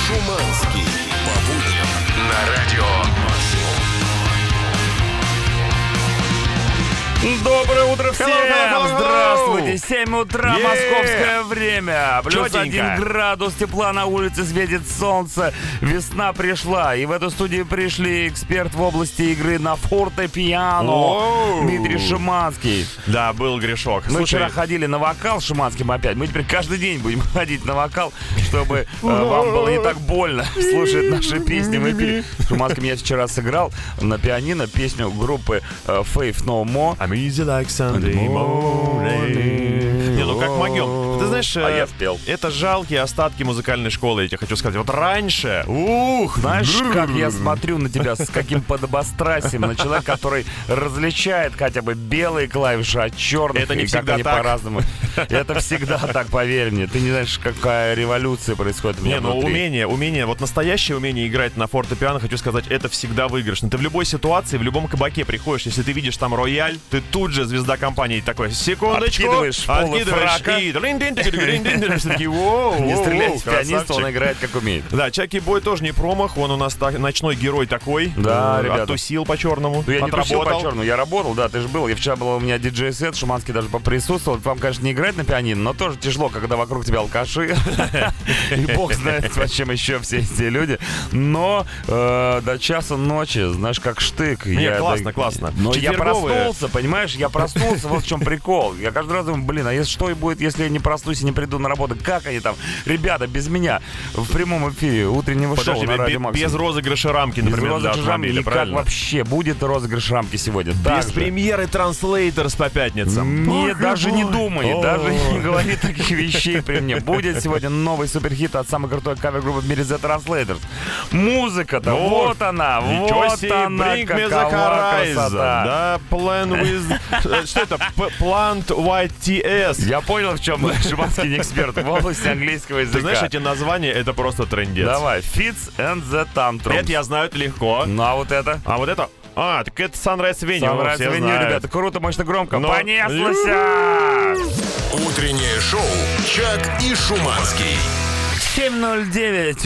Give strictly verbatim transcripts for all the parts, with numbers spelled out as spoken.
Шуманский. По будням на радио Максимум. Доброе утро всем! Hello, hello, hello. Здравствуйте! семь утра, Yeah. московское время. Плюс Чётенько. один градус тепла на улице, светит солнце. Весна пришла. И в эту студию пришли эксперт в области игры на фортепиано Оу. Дмитрий Шиманский. Да, был грешок. Мы Слушай, вчера ходили на вокал с Шиманским опять. Мы теперь каждый день будем ходить на вокал, чтобы э, вам было не так больно слушать наши песни в эфире. Шиманским я вчера сыграл на пианино песню группы э, Faith No More. I'm easy like Sunday morning. Не, ну как могем. Ты знаешь, А э, я спел. это жалкие остатки музыкальной школы, я тебе хочу сказать. Вот раньше, ух, Знаешь, как я смотрю на тебя, с каким подобострастием, на человека, который различает хотя бы белые клавиши от черных. Это не и всегда как они так. по-разному. Это всегда так, поверь мне. Ты не знаешь, какая революция происходит у меня Не, ну внутри. умение, умение, вот настоящее умение играть на фортепиано, хочу сказать, это всегда выигрышно. Ты в любой ситуации, в любом кабаке приходишь, если ты видишь там рояль, ты тут же звезда компании такой, секундочку, Откидываешь полы фрака. и... Не стреляйте в пианиста, красавчик. он играет как умеет. Да, Чаки Бой тоже не промах, он у нас так, ночной герой такой. Да, э, ребята. Оттусил по-черному, Ну, я не тусил отработал. по-черному, я работал, да, ты же был. Я вчера был, у меня диджей-сет, Шиманский даже поприсутствовал. Вам, конечно, не играть на пианино, но тоже тяжело, когда вокруг тебя алкаши. И бог знает, зачем еще все эти люди. Но э, до часа ночи, знаешь, как штык. Не, Я- классно, да- классно. Но я Четверговые. проснулся, понимаешь, я проснулся, вот в чем прикол. Я каждый раз думаю, блин, а если что и будет, если я не проснусь и не приду на работу? Как они там, ребята, без меня в прямом эфире утреннего Подожди, шоу на бе- радио бе- Максимум? без розыгрыша рамки, Без например, для розыгрыша рамки автомобиля, никак правильно? вообще. Будет розыгрыш рамки сегодня. Без Так же. премьеры Translators по пятницам. Не, Боже даже не мой. думай, О. даже не говори таких вещей при мне. Будет сегодня новый суперхит от самой крутой кавер-группы в мире The Translators. Музыка-то, Ну, вот она, Ничего вот себе, она, Bring Me the какова Horizon. красота. Да, Plan with... э, Что это? П- Plant White ти эс. Я понял, в чем Шиманский не эксперт в области английского языка. Ты знаешь, эти названия, это просто трындец. Давай, Fits and the Tantrums. Это я знаю, это легко. Ну, а вот это? А вот это... А, так это Sunrise Avenue. Sunrise все Avenue, знают. ребята, круто, мощно, громко. Но- Понеслось! Утреннее шоу «Чак и Шуманский». семь ноль девять.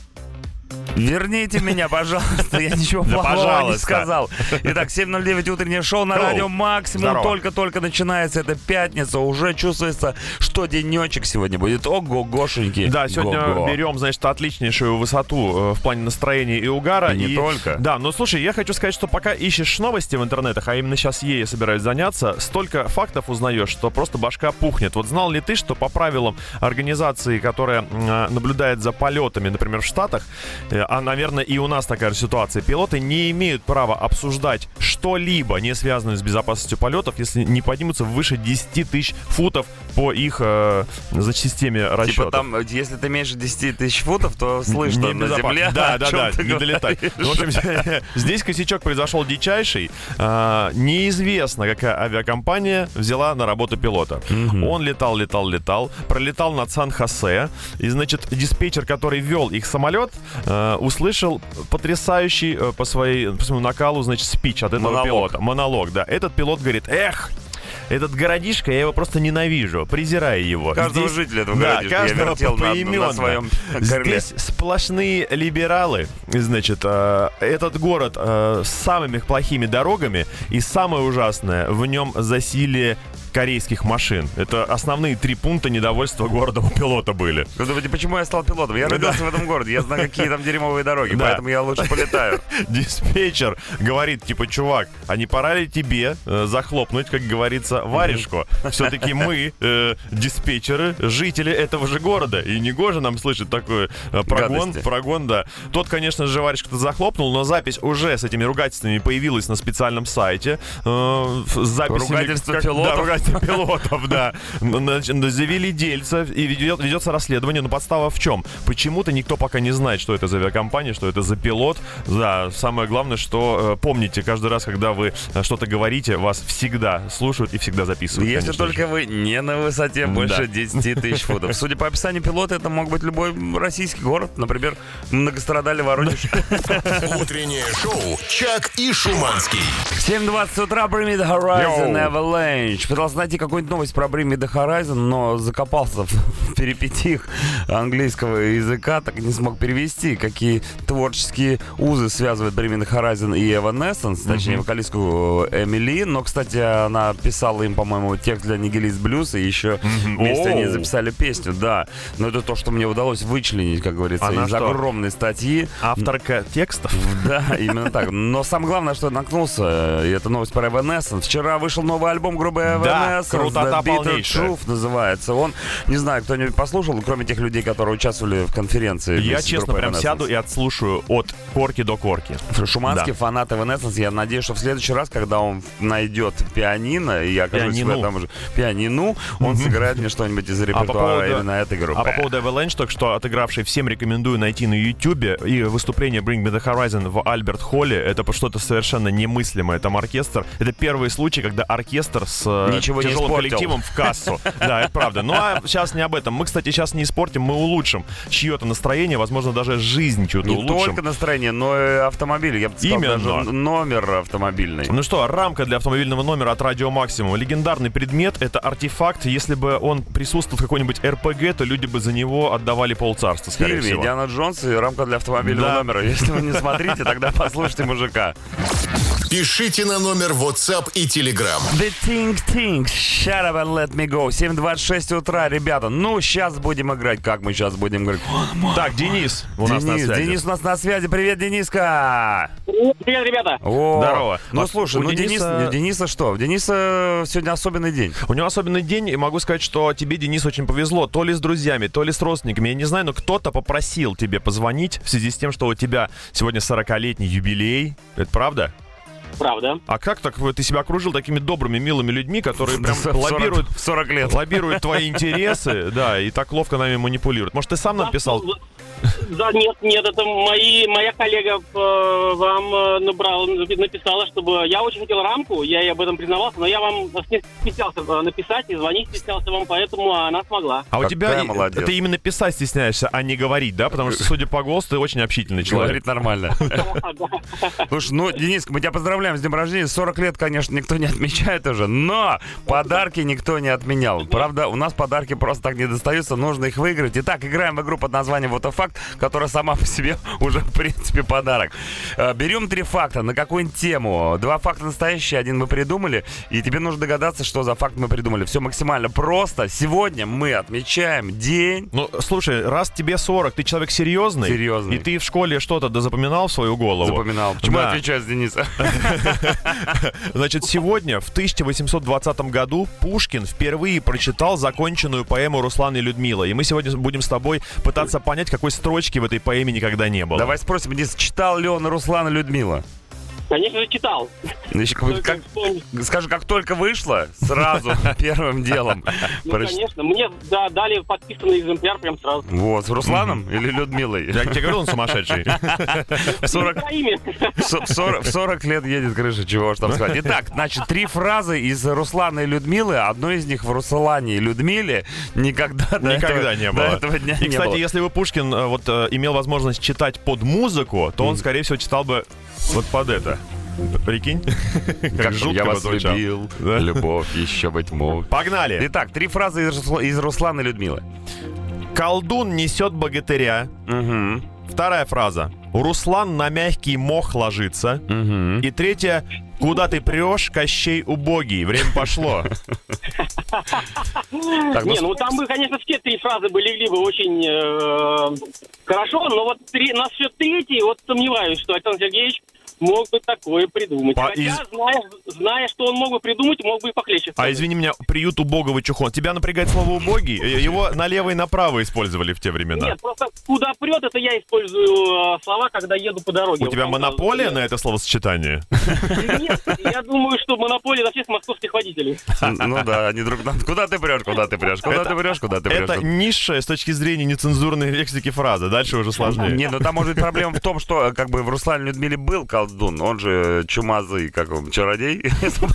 Верните меня, пожалуйста, я ничего Да, плохого не пожалуйста. сказал. Итак, семь ноль девять утреннее шоу на Шоу. радио Максимум. Здорово. Только-только начинается, это пятница. Уже чувствуется, что денечек сегодня будет. Ого-гошеньки. Да, сегодня Го-го. берем, значит, отличнейшую высоту э, в плане настроения и угара. И не только. Да, но слушай, я хочу сказать, что пока ищешь новости в интернетах, а именно сейчас ей собираюсь заняться, столько фактов узнаешь, что просто башка пухнет. Вот знал ли ты, что по правилам организации, которая э, наблюдает за полетами, например, в Штатах, э, а, наверное, и у нас такая же ситуация, пилоты не имеют права обсуждать что-либо, не связанное с безопасностью полетов, если не поднимутся выше десять тысяч футов по их э, значит, системе расчетов. Типа там, если ты меньше десяти тысяч футов, то слышно на Небезопасно. земле. Да, о да, чем да, ты не долетать. говоришь. Ну, в общем, здесь косячок произошел дичайший. А, неизвестно, какая авиакомпания взяла на работу пилота. Он летал, летал, летал, пролетал над Сан-Хосе. И, значит, диспетчер, который вел их самолет, а, услышал потрясающий а, по, своей, по своему накалу, значит, спич от этого Монолог. пилота. Монолог, да. Этот пилот говорит: эх, этот городишко, я его просто ненавижу, презираю его. Каждого Здесь- жителя этого да, городишка я каждого вертел на- на поименно. своем крыле. Здесь сплошные либералы. Значит, э, этот город э, с самыми плохими дорогами, и самое ужасное, в нем засилие корейских машин. Это основные три пункта недовольства города у пилота были. Вы думаете, почему я стал пилотом? Я родился в этом городе, я знаю, какие там дерьмовые дороги, Да. поэтому я лучше полетаю. Диспетчер говорит, типа, чувак, а не пора ли тебе э, захлопнуть, как говорится, варежку? Все-таки мы, э, диспетчеры, жители этого же города, и негоже нам слышать такой э, прогон, Гадости. прогон, да. Тот, конечно же, варежку-то захлопнул, но запись уже с этими ругательствами появилась на специальном сайте. э, с записями, Ругательство как- пилотов? Да, ругательство пилотов, да. Значит, завели дельца, и ведет- ведется расследование, но подстава в чем? Почему-то никто пока не знает, что это за авиакомпания, что это за пилот. Да, самое главное, что э, помните, каждый раз, когда вы э, что-то говорите, вас всегда слушают и всегда записывают. Если только же. вы не на высоте больше Да. десять тысяч футов. Судя по описанию пилота, это мог быть любой российский город. Например, многострадальный Воронеж. Утреннее шоу «Чак и Шуманский». семь двадцать утра, Bring Me The Horizon, Йоу. Avalanche. Пытался найти какую-нибудь новость про Bring Me The Horizon, но закопался в перипетиях английского языка, так и не смог перевести, какие творческие узы связывают Bring Me The Horizon и Evanescence, точнее, вокалистку Эмили. Но, кстати, она писала им, по-моему, текст для Nihilist Blues, и еще вместе они Оу. записали песню, да. Но это то, что мне удалось вычленить, как говорится, Она из что? огромной статьи. Авторка текстов? Да, именно так. Но самое главное, что я наткнулся, и это новость про Evanescence. Вчера вышел новый альбом группы Да, Evanescence. крутота The Bitter полнейшая. Truth называется. Он, не знаю, кто-нибудь послушал, кроме тех людей, которые участвовали в конференции. Я, вместе с честно, группой прям Evanescence. сяду и отслушаю от корки до корки. Шуманский Да. фанат Evanescence. Я надеюсь, что в следующий раз, когда он найдет пианино, и я окажусь Пианину. в этом же пианину, он сыграет мне что-нибудь из репертуара поводу- именно этой группы. А по поводу Avalanche, только что отыгравший, всем рекомендую найти на Ютубе. И выступление Bring Me The Horizon в Альберт-Холле. Это что-то совершенно немыслимое. Там оркестр. Это первый случай, когда оркестр с э, Ничего не тяжелым испортил. коллективом в кассу. Да, это правда. Ну а сейчас не об этом. Мы, кстати, сейчас не испортим, мы улучшим чье-то настроение, возможно, даже жизнь чью-то Не улучшим. только настроение, но и автомобиль. Я бы сказал, Именно. даже номер автомобильный. Ну что, рамка для автомобильного номера от Радио Максимум. Легендарный предмет — это артефакт. Если бы он присутствовал в какой-нибудь эр пэ гэ, то люди бы за него отдавали полцарства, В скорее фильме всего. Индиана Джонс и рамка для автомобильного Да. номера. Если вы не смотрите, тогда послушайте мужика. Пишите на номер WhatsApp и Telegram. The Think Think, Shut Up and Let Me Go. семь двадцать шесть утра, ребята. Ну, сейчас будем играть. Как мы сейчас будем играть? Так, Денис у нас на Денис, связи. Денис у нас на связи. Привет, Дениска. Привет, ребята. О, Здорово. Ну, А слушай, у ну, Денис, Дениса- Дениса что? У Дениса сегодня особенный день. У него особенный день, и могу сказать, что тебе, Денис, очень повезло. То ли с друзьями, то ли с родственниками. Я не знаю, но кто-то попросил тебе позвонить в связи с тем, что у тебя сегодня сорокалетний юбилей. Это правда? Правда. А как так вы- ты себя окружил такими добрыми, милыми людьми, которые прям В сорок- лоббируют, в сорок лет. лоббируют твои интересы, да, и так ловко нами манипулируют? Может, ты сам написал? Да, нет, нет, это мои, моя коллега э, вам э, набрала, написала, чтобы... Я очень хотел рамку, я ей об этом признавался, но я вам стеснялся э, написать и звонить стеснялся вам, поэтому она смогла. А у Какая тебя и- молодец. ты именно писать стесняешься, а не говорить, да? Потому что, судя по голосу, ты очень общительный человек. Говорит нормально. Слушай, ну, Денис, мы тебя поздравляем с днем рождения. сорок лет, конечно, никто не отмечает уже, но подарки никто не отменял. Правда, у нас подарки просто так не достаются, нужно их выиграть. Итак, играем в игру под названием «Вот и факт», которая сама по себе уже, в принципе, подарок. Э, Берем три факта на какую-нибудь тему. Два факта настоящие, один мы придумали, и тебе нужно догадаться, что за факт мы придумали. Все максимально просто. Сегодня мы отмечаем день... Ну, слушай, раз тебе сорок, ты человек серьезный. Серьезный. И ты в школе что-то дозапоминал в свою голову. Запоминал. Почему я Да. отвечаю с Дениса? Значит, сегодня, в тысяча восемьсот двадцатом году, Пушкин впервые прочитал законченную поэму Руслана и Людмила. И мы сегодня будем с тобой пытаться понять, какой строчки в этой поэме никогда не было. Давай спросим, Денис, читал ли он Руслана Людмила? Конечно же, читал. Еще как- Только как- вспомнил. скажи, как только вышло, сразу первым делом. Ну, Проч- конечно. Мне да, дали подписанный экземпляр прям сразу. Вот, с Русланом или Людмилой? Я тебе говорю, он сумасшедший. В сорок, Своими. в со- в сорок- в сорок лет едет крыша, чего уж там сказать. Итак, значит, три фразы из Руслана и Людмилы. Одной из них в Руслане и Людмиле никогда до Никогда этого, не до было. этого дня И, не кстати, было. если бы Пушкин э, вот э, имел возможность читать под музыку, то он, скорее всего, читал бы вот под это. Прикинь? Как Как жутко я бы вас звучало. любил, Да. любовь еще быть мог. Погнали! Итак, три фразы из, Русла- из Руслана и Людмилы. Колдун несет богатыря. Угу, Вторая фраза. Руслан на мягкий мох ложится. угу. И третья. Куда ты прешь, Кощей убогий? Время пошло. Так, ну, Не, ну там бы, конечно, все три фразы бы легли бы очень э, хорошо, но вот три, насчет третьей, вот сомневаюсь, что Александр Сергеевич мог бы такое придумать. По- Хотя, из- зная, зная, что он мог бы придумать, мог бы и похлеще. А извини меня, приют убогого чухон. Тебя напрягает слово убогий? Э, Его налево и направо использовали в те времена. Нет, просто куда прет, это я использую э, слова, когда еду по дороге. У тебя Вот, монополия э, на это словосочетание? Нет, я думаю, что монополия на всех московских водителей. Ну да, они друг на... Куда ты прешь, куда ты прешь, куда Это- ты прешь, куда ты прешь. Это низшая с точки зрения нецензурной лексики фраза. Дальше уже сложнее. Не, ну там может быть проблема в том, что э, как бы в Руслане и Людмиле был колдун, колдун, он же чумазый, как он, чародей.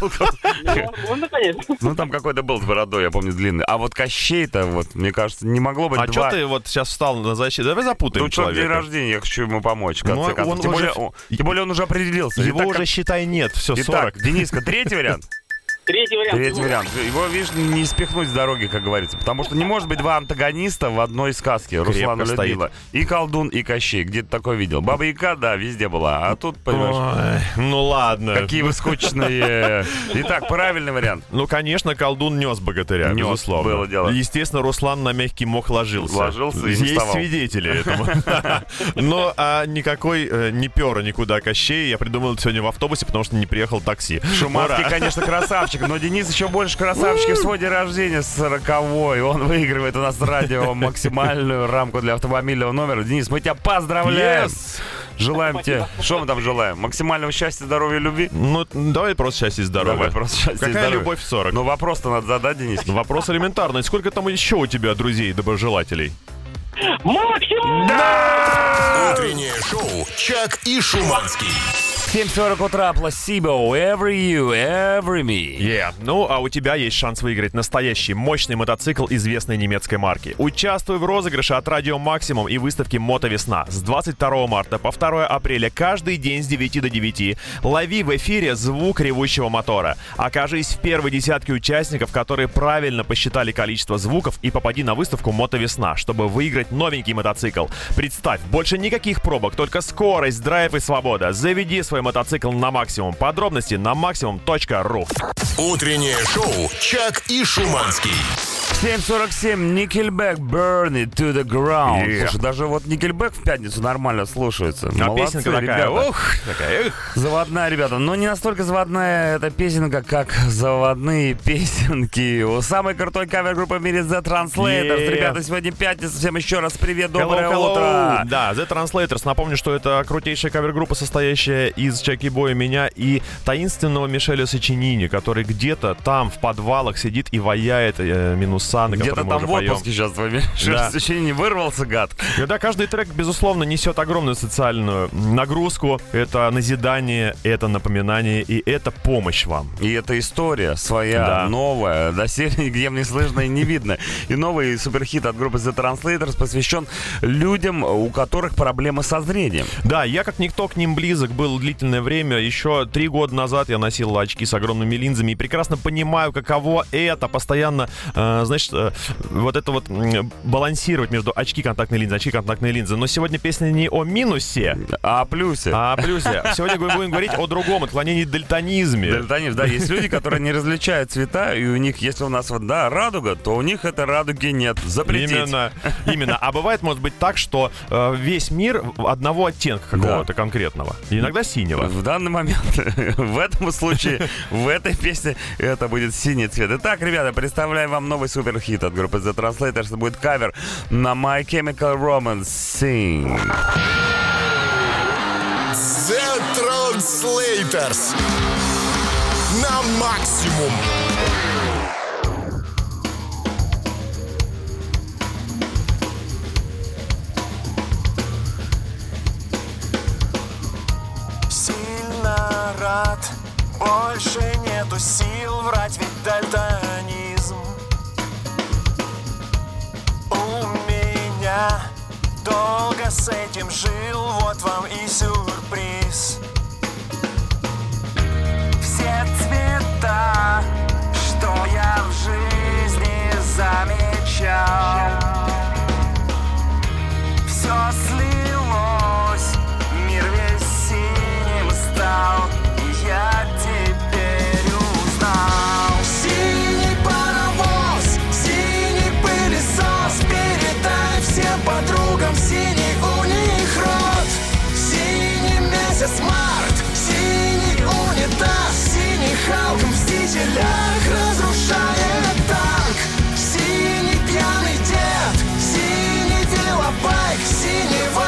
Можно, конечно. Ну, там какой-то был с бородой, я помню, длинный. А вот Кощей-то, вот, мне кажется, не могло быть А два... что ты вот сейчас встал на защиту? Давай запутаем Ну, что, день человека. рождения, я хочу ему помочь, в Ну, конце концов. он Тем уже- более, он- тем более он уже определился. Его Итак, уже, считай, нет, все, сорок. Итак, Дениска, третий вариант? Третий вариант. Третий Ну, вариант. Его, видишь, не спихнуть с дороги, как говорится. Потому что не может быть два антагониста в одной сказке. Руслана Крепко Людмила. И колдун, и Кощей. Где ты такое видел? Баба Яга, да, везде была. А тут, понимаешь, Ой, ну ладно. какие вы скучные. Итак, правильный вариант. Ну, конечно, колдун нес богатыря, Нес, безусловно. было дело. Естественно, Руслан на мягкий мох ложился. Ложился и не Есть вставал. свидетели этому. Но а никакой э, не пера никуда Кощей. Я придумал это сегодня в автобусе, потому что не приехал такси. Шуманский, Ура. конечно, красавчик, но Денис еще больше красавчик в свой день рождения, сороковой. Он выигрывает у нас радио максимальную рамку для автомобильного номера. Денис, мы тебя поздравляем. Yes. Желаем тебе, что мы там желаем? Максимального счастья, здоровья и любви? Ну, давай просто счастье и здоровье. Давай просто счастья и Какая здоровья. любовь в сорок? Ну, вопрос-то надо задать, Денис. Ну, вопрос элементарный. Сколько там еще у тебя друзей, доброжелателей? Максимум! Утреннее шоу «Чак и Шуманский». семь сорок утра, Placebo, Every You, Every Me. Yeah. Ну, а у тебя есть шанс выиграть настоящий мощный мотоцикл известной немецкой марки. Участвуй в розыгрыше от Радио Максимум и выставке Мотовесна с двадцать второго марта по второе апреля каждый день с девяти до девяти. Лови в эфире звук ревущего мотора. Окажись в первой десятке участников, которые правильно посчитали количество звуков, и попади на выставку Мотовесна, чтобы выиграть новенький мотоцикл. Представь, больше никаких пробок, только скорость, драйв и свобода. Заведи свой мотоцикл на максимум. Подробности на максимум точка ру. Утреннее шоу «Чак и Шуманский». семь сорок семь, Nickelback, Burn It to the Ground. Yeah. Слушай, даже вот Nickelback в пятницу нормально слушается. А Молодцы, песенка такая, ребята. ух, такая, эх. Заводная, ребята, но не настолько заводная эта песенка, как заводные песенки у самой крутой кавер-группы в мире The Translators. Yeah. Ребята, сегодня пятница, всем еще раз привет, доброе Hello, hello. утро. Да, The Translators. Напомню, что это крутейшая кавер-группа, состоящая из Чаки Боя, меня и таинственного Мишеля Сочинини, который где-то там в подвалах сидит и ваяет э, минуса, на Где-то которые мы там уже в поем. отпуске сейчас твой Да. Мишель не вырвался, гад. Когда каждый трек, безусловно, несет огромную социальную нагрузку, это назидание, это напоминание и это помощь вам. И это история своя, Да. новая, доселе нигде не слышно и не видно. И новый суперхит от группы The Translators посвящен людям, у которых проблемы со зрением. Да, я как никто к ним близок был длительное время. Еще три года назад я носил очки с огромными линзами и прекрасно понимаю, каково это постоянно, э, значит, э, вот это вот м, балансировать между очки контактные линзы, очки контактные линзы. Но сегодня песня не о минусе, А о плюсе. а о плюсе. Сегодня мы будем говорить о другом отклонении дальтонизме. Дальтонизм, да, есть люди, которые не различают цвета, и у них, если у нас вот, да, радуга, то у них этой радуги нет. Запретить. Именно, именно. А бывает, может быть, так, что э, весь мир одного оттенка какого-то конкретного. И иногда синего. В данный момент, в этом случае, в этой песне это будет синий цвет. Итак, ребята, представляем вам новый суперхит от группы The Translators. Это будет кавер на My Chemical Romance Sing. The Translators. На максимум. Сильно рад, больше нету сил врать, ведь дальтонизм у меня. Долго с этим жил, вот вам и сюрприз. Все цвета, что я в жизни замечал, все слилось, мир весь синим стал, и я теперь узнал. Синий паровоз, синий пылесос, передай всем подругам, синий у них рот. Синий месяц март, синий унитаз, синий Халк в мстителях разрушает танк. Синий пьяный дед, синий велобайк, синий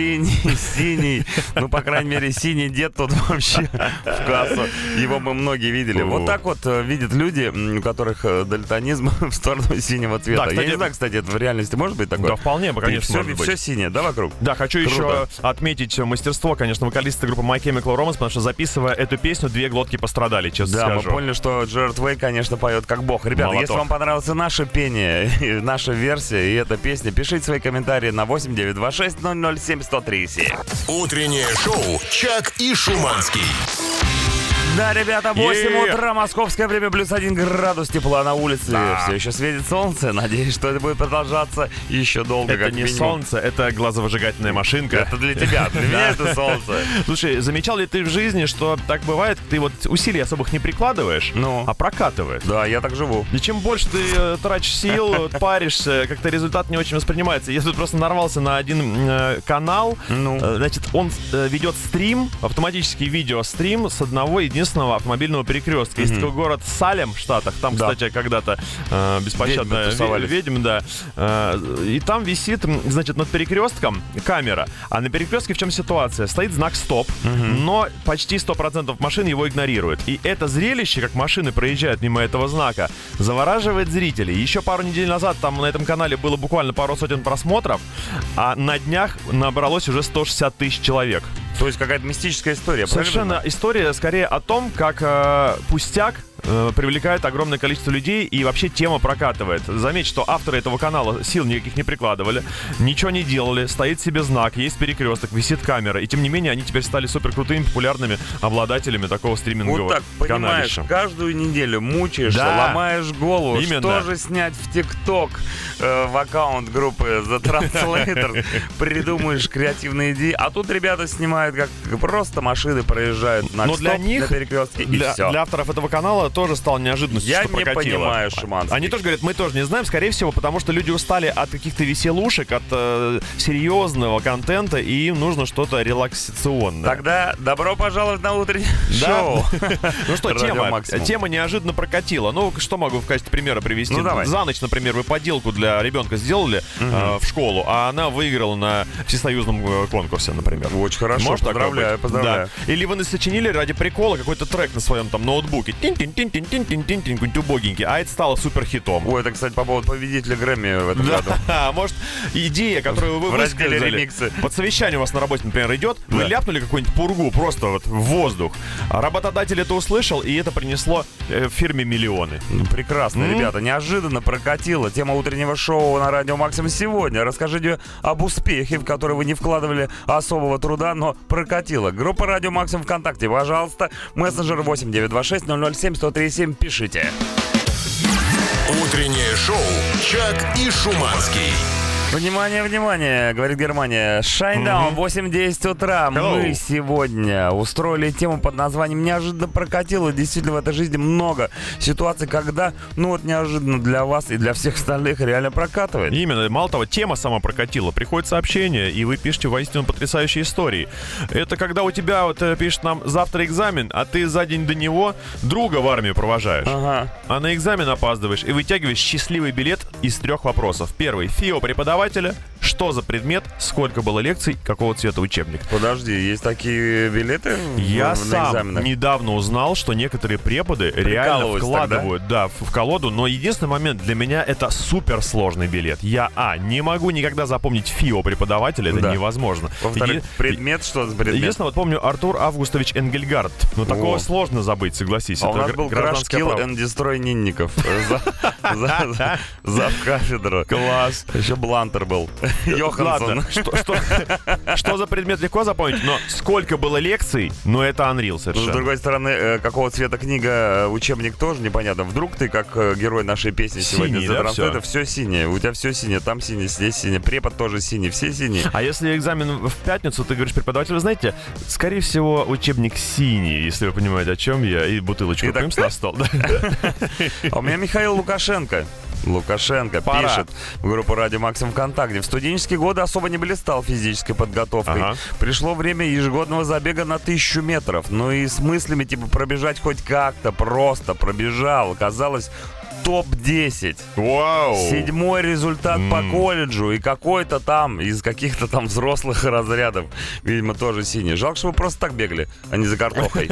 синий, синий. Ну, по крайней мере, синий дед тут вообще в кассу. Его мы многие видели. Вот так вот видят люди, у которых дальтонизм в сторону синего цвета. Да, кстати, я не знаю, кстати, это в реальности может быть такое? Да, вполне, конечно, все, может быть. Все синее, да, вокруг? Да, хочу Круто. еще отметить мастерство, конечно, вокалиста группы My Chemical Romance, потому что, записывая эту песню, две глотки пострадали, честно да, скажу. мы поняли, что Джерард Вей, конечно, поет как бог. Ребята, Молоток. если вам понравилось наше пение, наша версия и эта песня, пишите свои комментарии на восемь девятьсот двадцать шесть ноль ноль семь сто три семь. Утреннее шоу «Чак и Шуманский». Да, ребята, восемь Yeah. утра, московское время, плюс один градус тепла на улице. Да. Все еще светит солнце. Надеюсь, что это будет продолжаться еще долго, Это как не минимум. солнце, это глазовыжигательная машинка. Это для тебя, для меня это солнце. Слушай, замечал ли ты в жизни, что так бывает, ты вот усилий особых не прикладываешь, Ну. а прокатывает? Да, я так живу. И чем больше ты э, тратишь сил, вот, паришься, как-то результат не очень воспринимается. Я тут просто нарвался на один э, канал. Ну. Э, значит, он э, ведет стрим, автоматический видеострим с одного единственного автомобильного перекрестка. Есть такой город Салем в Штатах. Там, Да. кстати, когда-то э, беспощадная Ведьмы тусовались. ве- ведьм, да. Э, и там висит, м, значит, над перекрестком камера. А на перекрестке в чем ситуация? Стоит знак «Стоп», но почти сто процентов машин его игнорируют. И это зрелище, как машины проезжают мимо этого знака, завораживает зрителей. Еще пару недель назад там на этом канале было буквально пару сотен просмотров, а на днях набралось уже сто шестьдесят тысяч человек. То есть какая-то мистическая история, Совершенно правильно? история скорее о том, как э, пустяк э, привлекает огромное количество людей и вообще тема прокатывает. Заметь, что авторы этого канала сил никаких не прикладывали, ничего не делали, стоит себе знак, есть перекресток, висит камера, и тем не менее они теперь стали супер крутыми, популярными обладателями такого стримингового Вот так, понимаешь, каналища. каждую неделю мучаешься, Да. ломаешь голову, Именно. что же снять в ТикТок, э, в аккаунт группы The Translator, придумаешь креативные идеи, а тут ребята снимают, как просто машины проезжают на Но для стоп, них, на перекрестке, и Для, все. для авторов этого канала тоже стало неожиданностью, Я что не прокатило. понимаю, Шиманский. Они тоже говорят, мы тоже не знаем, скорее всего, потому что люди устали от каких-то веселушек, от э, серьезного контента, и им нужно что-то релаксационное. Тогда добро пожаловать на утреннее Да. шоу. Ну что, Радио тема, Максимум. тема неожиданно прокатила. Ну, что могу в качестве примера привести? Ну, давай. За ночь, например, вы поделку для ребенка сделали э, в школу, а она выиграла на всесоюзном э, конкурсе, например. Очень хорошо, Может такое поздравляю, быть? поздравляю. Да. Или вы сочинили ради прикола какой-то трек на своем там ноутбуке. Тин-тин-тин-тин-тин-тин-тин, какой-нибудь убогенький, а это стало супер хитом. Ой, это, кстати, по поводу победителя Грэмми в этом году. Да, может, идея, которую вы В разделе высказали, ремиксы. под совещание у вас на работе, например, идет, вы Да. ляпнули какую-нибудь пургу просто вот в воздух. А работодатель это услышал, и это принесло э, фирме миллионы. Ну, прекрасно, М. ребята, неожиданно прокатило. Тема утреннего шоу на Радио Максимум сегодня. Расскажите об успехе, в который вы не вкладывали особого труда, но прокатило. Группа Радио Максимум ВКонтакте, пожалуйста. Мессенджер восемь девятьсот двадцать шесть ноль ноль семь сто три семь. Пишите. Утреннее шоу «Чак и Шуманский». Внимание, внимание, говорит Германия. Шайндаун, восемь десять утра. Hello. Мы сегодня устроили тему под названием «Неожиданно прокатило». Действительно, в этой жизни много ситуаций, когда, ну вот, неожиданно для вас и для всех остальных реально прокатывает. Именно, мало того, тема сама прокатила. Приходит сообщение, и вы пишете воистину потрясающие истории. Это когда у тебя вот э, пишет нам завтра экзамен, а ты за день до него друга в армию провожаешь. Ага. А на экзамен опаздываешь и вытягиваешь счастливый билет из трех вопросов. Первый. ФИО преподавателя. Что за предмет? Сколько было лекций? Какого цвета учебник? Подожди, есть такие билеты в- Я на сам экзаменах? недавно узнал, что некоторые преподы реально Прикалываются вкладывают, да, в, в колоду, но единственный момент для меня это суперсложный билет. Я, а, не могу никогда запомнить ФИО преподавателя, это Да. невозможно. Во-вторых, Еди- предмет, что за предмет? Единственное, вот помню Артур Августович Энгельгард. Ну, такого О. сложно забыть, согласись. А у это нас гр- был Crash гражданское Kill право. and Destroy Нинников. За- за- за- Зав кафедру. Класс. Еще Блантер был. Йоханссон. Ладно, что, что, что за предмет легко запомнить, но сколько было лекций, ну это Unreal Но, с совершенно. другой стороны, э, какого цвета книга, э, учебник тоже непонятно. Вдруг ты, как э, герой нашей песни сегодня, Синий, за да, Транслейтер, все синее. У тебя все синее, там синее, здесь синее. Препод тоже синий, все синие. А если экзамен в пятницу, ты говоришь преподавателю, вы знаете, скорее всего, учебник синий, если вы понимаете, о чем я, и бутылочку И так- пымс на стол. Да. А у меня Михаил Лукашенко. Лукашенко Пора. пишет в группу Радио Максимум ВКонтакте. В студенческие годы особо не блистал физической подготовкой. Ага. Пришло время ежегодного забега на тысячу метров. Ну и с мыслями, типа, пробежать хоть как-то, просто пробежал. Казалось, топ десять. Вау! Седьмой результат М. по колледжу и какой-то там из каких-то там взрослых разрядов. Видимо, тоже синий. Жалко, что вы просто так бегали, а не за картохой.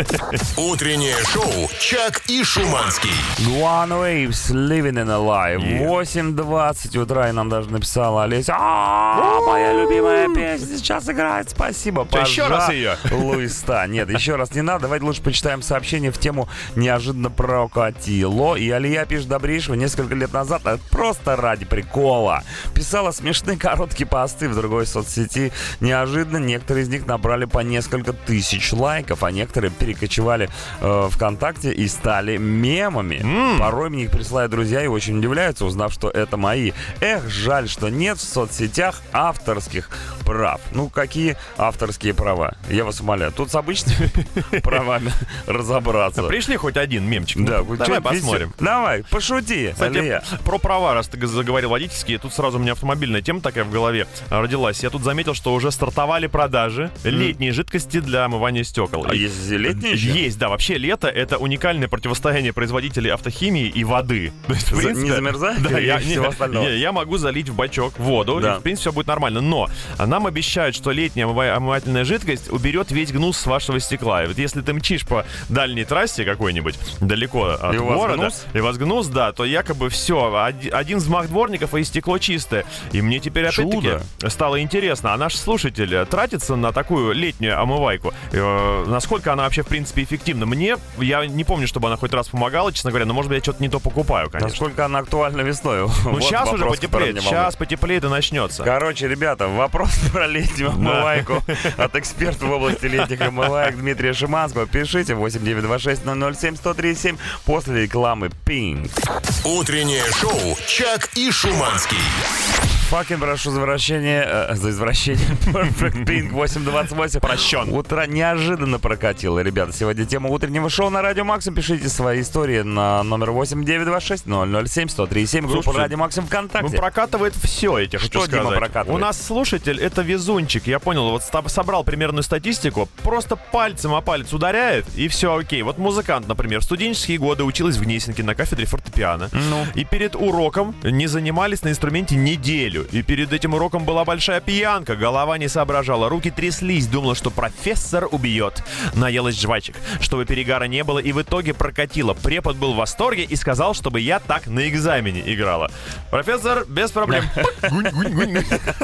Утреннее шоу «Чак и Шуманский». One Waves, Living in a Lie. Yeah. восемь двадцать утра, и нам даже написала Олеся. А, моя любимая песня сейчас играет. Спасибо. Что, еще раз ее? Луиста. Нет, еще раз не надо. Давайте лучше почитаем сообщение в тему «Неожиданно прокатило». И Алия пишет: Добрейшего, несколько лет назад, а просто ради прикола, писала смешные короткие посты в другой соцсети. Неожиданно некоторые из них набрали по несколько тысяч лайков, а некоторые перекочевали э, ВКонтакте и стали мемами. Mm. Порой мне их присылают друзья и очень удивляются, узнав, что это мои. Эх, жаль, что нет в соцсетях авторских прав. Ну, какие авторские права? Я вас умоляю. Тут с обычными правами разобраться. Пришли хоть один мемчик. Да, Ну, вы давай чё, посмотрим. висит? Давай, пошути, Кстати, Алия. про права, раз ты заговорил водительские, тут сразу у меня автомобильная тема такая в голове родилась. Я тут заметил, что уже стартовали продажи летней жидкости для омывания стекол. А есть летние еще? Есть, да. Вообще лето — это уникальное противостояние производителей автохимии и воды. То есть, в За- принципе, не замерзает? Да, Или я, всего не- остального? не, я могу залить в бачок воду, Да. и в принципе все будет нормально. Но нам обещают, что летняя омыва- омывательная жидкость уберет весь гнус с вашего стекла. И вот если ты мчишь по дальней трассе какой-нибудь, далеко от И у вас города, гнус? и у вас гнус, да, то якобы все, один взмах дворников, и стекло чистое. И мне теперь опять-таки Чудо. стало интересно, а наш слушатель тратится на такую летнюю омывайку? Э, насколько она вообще, в принципе, эффективна? Мне, я не помню, чтобы она хоть раз помогала, честно говоря, но, может быть, я что-то не то покупаю, конечно. Насколько она актуальна весной? Ну, Вот сейчас уже вопрос, который потеплеет, меня сейчас волнует. потеплеет и начнется. Короче, ребята, вопрос про летнюю омывайку от эксперта в области летних омываек Дмитрия Шиманского. Пишите восемь девять два шесть ноль ноль семь сто тридцать семь после рекламы Pink. Утреннее шоу «Чак и Шуманский». Факин, прошу за возвращение, э, за извращение. Perfect Pink восемь двадцать восемь. Прощен. Утро неожиданно прокатило. Ребята, сегодня тема утреннего шоу на Радио Максим. Пишите свои истории на номер восемь девять два шесть ноль ноль семь сто тридцать семь. Группа Слушайте, Радио Максим Ну, ВКонтакте. прокатывает все, я тебе хочу Что Дима сказать. прокатывает? У нас слушатель — это везунчик. Я понял, вот ста- собрал примерную статистику, просто пальцем о палец ударяет, и все окей. Вот музыкант, например, в студенческие годы училась в Гнесинке на кафедре фортепиано. Ну. И перед уроком не занимались на инструменте неделю. И перед этим уроком была большая пьянка, голова не соображала, руки тряслись, думала, что профессор убьет. Наелась жвачек, чтобы перегара не было, и в итоге прокатила. Препод был в восторге и сказал, чтобы я так на экзамене играла. Профессор, без проблем. Гунь-гунь-гунь.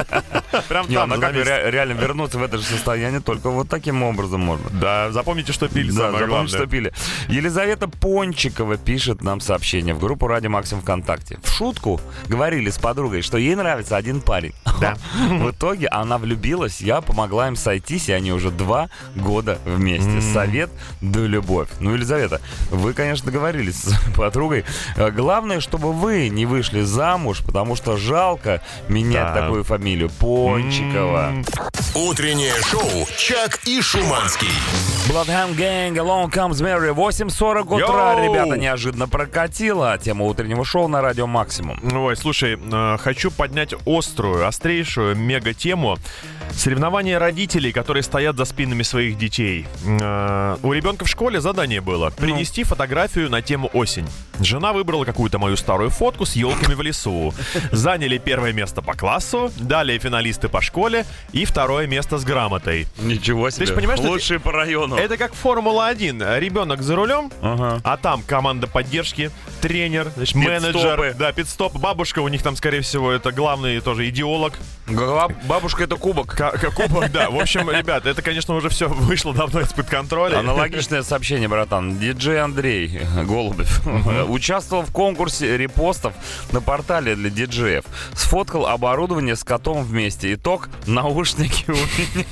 Прям Не, там, ну на как месте. ре- реально вернуться в это же состояние только вот таким образом можно. Да, запомните, что пили, Да, самое запомните, главное. что пили. Елизавета Пончикова пишет нам сообщение в группу Радио Максим ВКонтакте. В шутку говорили с подругой, что ей нравится один парень. Да. В итоге она влюбилась, я помогла им сойтись, и они уже два года вместе. Совет да любовь. Ну, Елизавета, вы, конечно, договорились с подругой. Э, Главное, чтобы вы не вышли замуж, потому что жалко менять Да. такую фамилию. Пончикова. Утреннее шоу «Чак и Шуманский». Bloodhound Gang, Along Comes Mary. восемь сорок утра, Йоу! ребята, неожиданно прокатило. Тема утреннего шоу на Радио Максимум. Ой, слушай, э, хочу поднять острую, острейшую мега-тему. Соревнования родителей, которые стоят за спинами своих детей. Э, у ребенка в школе задание было принести фотографию на тему осень. Жена выбрала какую-то мою старую фотку с елками в лесу. Заняли первое место по классу, далее финалисты по школе и второе место с грамотой. Ничего себе. ж понимаешь, что лучшие по району. Это как Формула один. Ребенок за рулем, Ага. а там команда поддержки, тренер, значит, Пит-стопы. менеджер, да, пит-стоп, бабушка у них там, скорее всего, это главный тоже идеолог. Га- Бабушка, это кубок. Ка- ка- Кубок, да. В общем, ребят, это, конечно, уже все вышло давно из-под контроля. Аналогичное сообщение, братан. Диджей Андрей Голубев участвовал в конкурсе репостов на портале для диджеев. Сфоткал оборудование с котом вместе. Итог — наушники у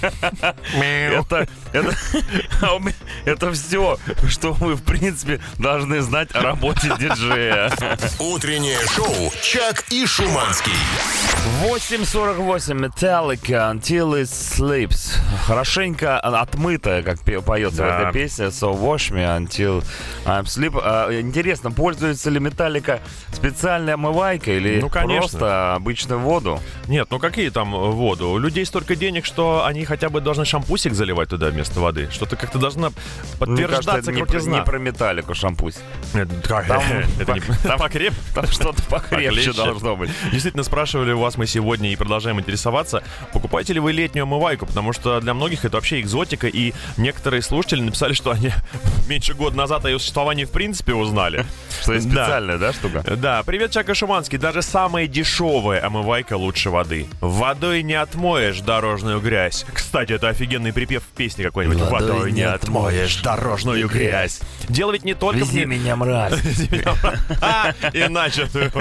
меня. Это, это, а у меня- это все, что вы, в принципе, должны знать о работе диджея. Утреннее шоу «Чак и Шуманский». восемь сорок восемь Metallica Until It Sleeps. Хорошенько отмытая, как пе- поется Да. в этой песне. So wash me until I'm sleep. А, интересно, пользуется ли Metallica специальной омывайкой или Ну, конечно. просто обычную воду? Нет, ну какие там э, воду? У людей столько денег, что они хотя бы должны шампусик заливать туда вместо воды. Что-то как-то должна Мне подтверждаться кажется, это не про, крутизна. не про Металлику шампусь. Это, как? Там, Это не- там- покреп? Там что-то покрепче Покрепче. должно быть. Действительно, спрашивали у вас мы сегодня и продолжаем интересоваться, покупаете ли вы летнюю омывайку, потому что для многих это вообще экзотика, и некоторые слушатели написали, что они меньше года назад о ее существовании в принципе узнали. Что есть Да. специальная, да, штука? Да, привет, Чака Шуманский. Даже самая дешевая омывайка лучше воды. Водой не отмоешь дорожную грязь. Кстати, это офигенный припев в песне какой-нибудь. Водой не отмоешь дорожную грязь. Дело ведь не только в Вези ней- меня, мразь. А, иначе ты...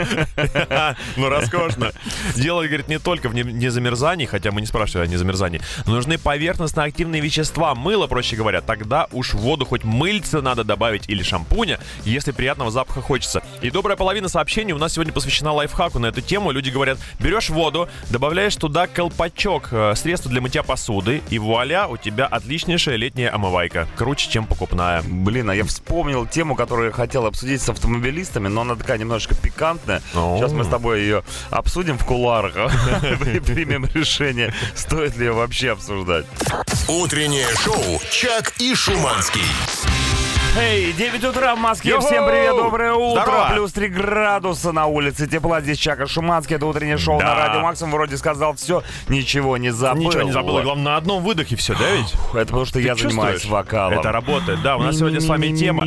Ну, роскошно. Дело, говорит, не только в не- незамерзании, хотя мы не спрашивали о незамерзании. Нужны поверхностно-активные вещества, мыло, проще говоря. Тогда уж в воду хоть мыльца надо добавить или шампуня, если приятного запаха хочется. И добрая половина сообщений у нас сегодня посвящена лайфхаку на эту тему. Люди говорят, берешь воду, добавляешь туда колпачок, э, средство для мытья посуды, и вуаля, у тебя отличнейшая летняя омывайка. Круче, чем покупная. Блин, а я вспомнил тему, которую я хотел обсудить с автомобилистами, но она такая немножко пикантная. О. Сейчас мы с тобой ее обсудим в кулуарах и примем решение, стоит ли ее вообще обсуждать. Утреннее шоу «Чак и Шуманский». Эй, девять утра в Москве. Йоу! Всем привет, доброе утро. Здорово. Плюс три градуса на улице тепла. Здесь Чака Шуманский. Это утреннее шоу Да. на Радио Максимум. Вроде сказал все, ничего не забыл. Ничего не забыл. Главное, на одном выдохе все, да ведь? Это потому что Ты я чувствуешь? занимаюсь вокалом. Это работает, да. У нас сегодня с вами тема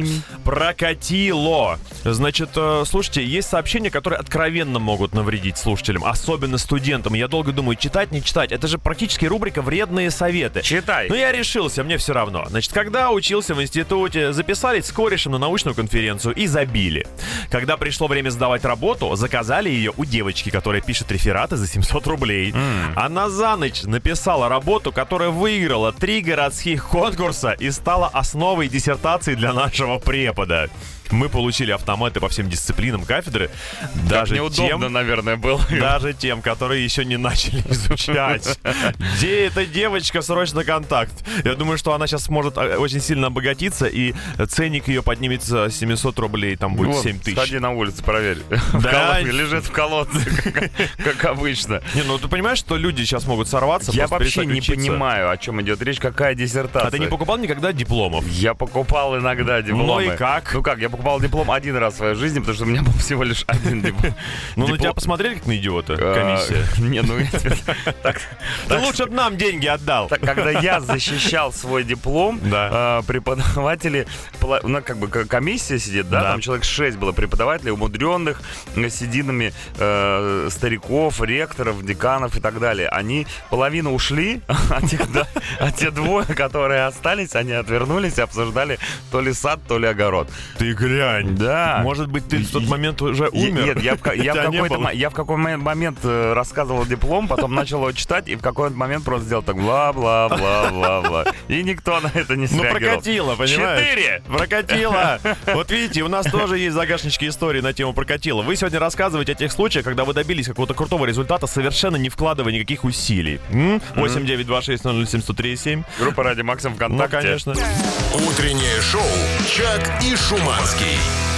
«Прокатило». Значит, э, слушайте, есть сообщения, которые откровенно могут навредить слушателям, особенно студентам. Я долго думаю, читать, не читать. Это же практически рубрика «Вредные советы». Читай. Ну, я решился, мне все равно. Значит, когда учился в институте, записались с корешем на научную конференцию и забили. Когда пришло время сдавать работу, заказали ее у девочки, которая пишет рефераты за семьсот рублей. Mm. Она за ночь написала работу, которая выиграла три городских конкурса и стала основой диссертации для нашего препода. Мы получили автоматы по всем дисциплинам кафедры, даже неудобно, тем, наверное, было. даже тем, которые еще не начали изучать. Где эта девочка? Срочно контакт. Я думаю, что она сейчас сможет а, очень сильно обогатиться, и ценник ее поднимется с семьсот рублей, там будет Вот, семь тысяч. Сходи на улицу, проверь. В Да. колодце, лежит в колодце, как- как обычно. Не, ну ты понимаешь, что люди сейчас могут сорваться, Я просто вообще перестать не учиться? понимаю, о чем идет речь, какая диссертация. А ты не покупал никогда дипломов? Я покупал иногда дипломы. Ну и как? Ну как, я покупал диплом один раз в своей жизни, потому что у меня был всего лишь один диплом. Ну, на Диплом- тебя посмотрели как на идиота, А, комиссия. Не, ну я тебе так- Ты так- лучше бы нам деньги отдал. так, когда я защищал свой диплом, Да. а, преподаватели, пола- ну, как бы к- комиссия сидит, да, Да. там человек шесть было преподавателей, умудренных э, сединами э, стариков, ректоров, деканов и так далее. Они половину ушли, а те, да, а те двое, которые остались, они отвернулись и обсуждали то ли сад, то ли огород. Ты глянь. Да. Может быть, ты в тот И- момент уже Я- умер? Нет, я в, ка- я, в Тебя не какой-то, было. мо- я в какой мо- момент э, рассказывал диплом, потом начал его читать, и в какой-то момент просто сделал так бла-бла-бла-бла-бла. И никто на это не Ну, среагировал. прокатило, понимаешь? Четыре! Прокатило! Вот видите, у нас тоже есть загашнички истории на тему прокатило. Вы сегодня рассказываете о тех случаях, когда вы добились какого-то крутого результата, совершенно не вкладывая никаких усилий. М? восемь девять два шесть ноль ноль семь сто три семь. Группа Радио Максим Ну, ВКонтакте. конечно. Утреннее шоу «Чак и Шуманский».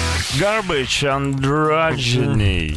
Garbage Androgyny.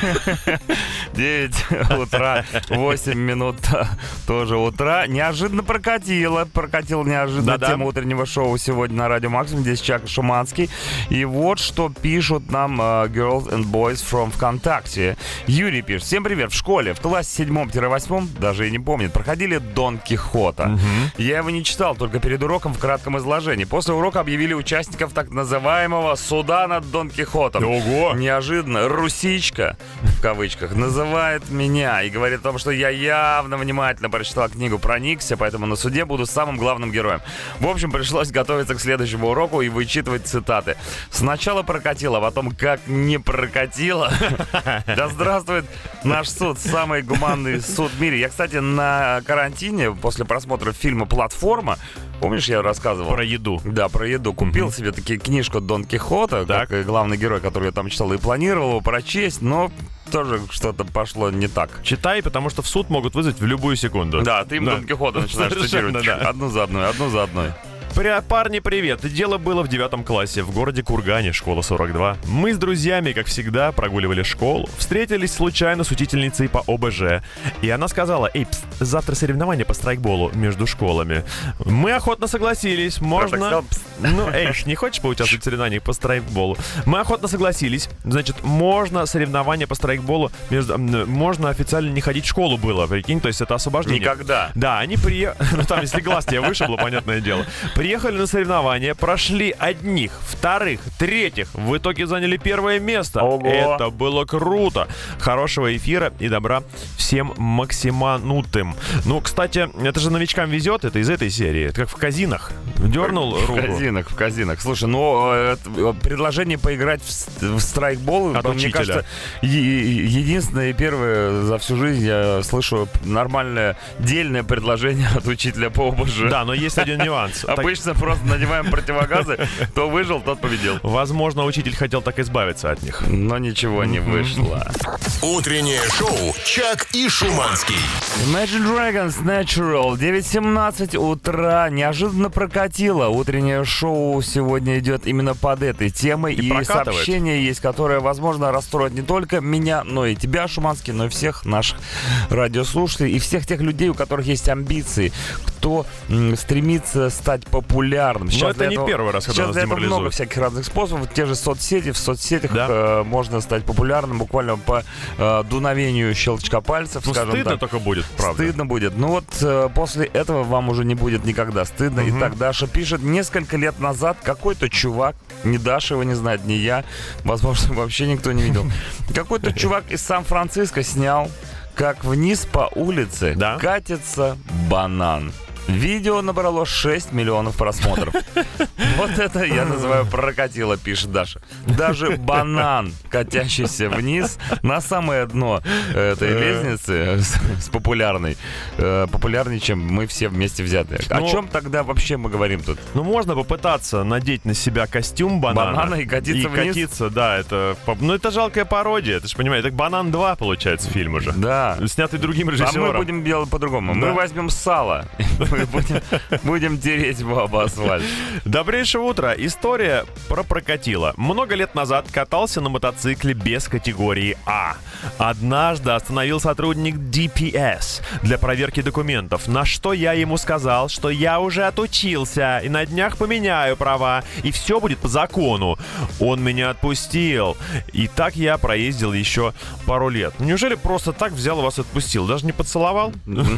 девять утра, восемь минут тоже утра. Неожиданно прокатило. Прокатила неожиданно Да-да. тема утреннего шоу сегодня на Радио Максимум. Здесь Чак Шуманский. И вот что пишут нам uh, Girls and Boys from ВКонтакте. Юрий пишет. Всем привет. В школе в классе седьмом-восьмом, даже и не помнит, проходили Дон Кихота. Я его не читал, только перед уроком в кратком изложении. После урока объявили участников так называемого суда над Дон Кихотом. Ого! Неожиданно русичка, в кавычках, называет меня и говорит о том, что я явно внимательно прочитал книгу, проникся, поэтому на суде буду самым главным героем. В общем, пришлось готовиться к следующему уроку и вычитывать цитаты. Сначала прокатило, а потом как не прокатило. Да здравствует наш суд, самый гуманный суд в мире. Я, кстати, на карантине после просмотра фильма «Платформа», помнишь, я рассказывал? Про еду. Да, про еду. Купил себе таки книжку Дон Кихота, Так. как и главный герой, который я там читал, и планировал его прочесть, но тоже что-то пошло не так. Читай, потому что в суд могут вызвать в любую секунду. Да, ты им Дон Кихота начинаешь Совершенно, цитировать. да. Одну за одной, одну за одной. При- Парни, привет! Дело было в девятом классе в городе Кургане, школа сорок два. Мы с друзьями, как всегда, прогуливали школу, встретились случайно с учительницей по О Б Ж. И она сказала: эй, пс, завтра соревнования по страйкболу между школами. Мы охотно согласились, можно... сказал, пс. Ну, эй, не хочешь поучаствовать в соревнованиях по страйкболу? Мы охотно согласились. Значит, можно соревнования по страйкболу между... м, Можно официально не ходить в школу было, прикинь, то есть это освобождение. Никогда. Да, они приехали... Ну, там, если глаз тебе вышибло, понятное дело. Приехали на соревнования, прошли одних, вторых, третьих. В итоге заняли первое место. Ого. Это было круто. Хорошего эфира и добра всем максиманутым. Ну, кстати, это же новичкам везет, это из этой серии. Это как в казинах. Дернул В руку. казинах, в казинах. Слушай, ну, э, это, предложение поиграть в, с- в страйкбол, От мне учителя. кажется, е- единственное и первое за всю жизнь я слышу нормальное, дельное предложение от учителя по О Б Ж. Да, но есть один нюанс. Так, Обычно просто надеваем противогазы, кто выжил, тот победил. возможно, учитель хотел так избавиться от них. Но ничего не вышло. Утреннее шоу «Чак и Шуманский». Imagine Dragons Natural. девять семнадцать утра. Неожиданно прокатило. Утреннее шоу сегодня идет именно под этой темой. И И, прокатывает. сообщение есть, которое, возможно, расстроит не только меня, но и тебя, Шуманский, но и всех наших радиослушателей и всех тех людей, у которых есть амбиции, кто м, стремится стать популярным. Но это для не первый раз, когда сейчас нас для этого много деморализуют. всяких разных способов. Те же соцсети. В соцсетях Да. э, можно стать популярным буквально по э, дуновению щелчка пальцев, Ну, скажем стыдно так. только будет, правда. Стыдно будет. Ну вот э, после этого вам уже не будет никогда стыдно. Мгм. Итак, Даша пишет: несколько лет назад какой-то чувак, ни Даша его не знает, ни я, возможно, вообще никто не видел, какой-то чувак из Сан-Франциско снял, как вниз по улице Да. катится банан. Видео набрало шесть миллионов просмотров. Вот это я называю прокатило, пишет Даша. Даже банан, катящийся вниз на самое дно этой лестницы с, с популярной, э, популярнее, чем мы все вместе взятые. О Ну, чем тогда вообще мы говорим тут? Ну, можно попытаться надеть на себя костюм банана. Банана и катиться вниз? катиться, да, это... по- Ну, это жалкая пародия, ты же понимаешь, это «Банан два», получается, фильм уже. Да. Снятый другим А режиссером. мы будем делать по-другому. Да. Мы возьмем сало. Мы будем, будем тереть его об асфальт. Добрейшего утра. История про прокатило. Много лет назад катался на мотоцикле без категории А. Однажды остановил сотрудник Ди Пи Эс для проверки документов, на что я ему сказал, что я уже отучился и на днях поменяю права, и все будет по закону. Он меня отпустил. И так я проездил еще пару лет. Неужели просто так взял и вас отпустил? Даже не поцеловал?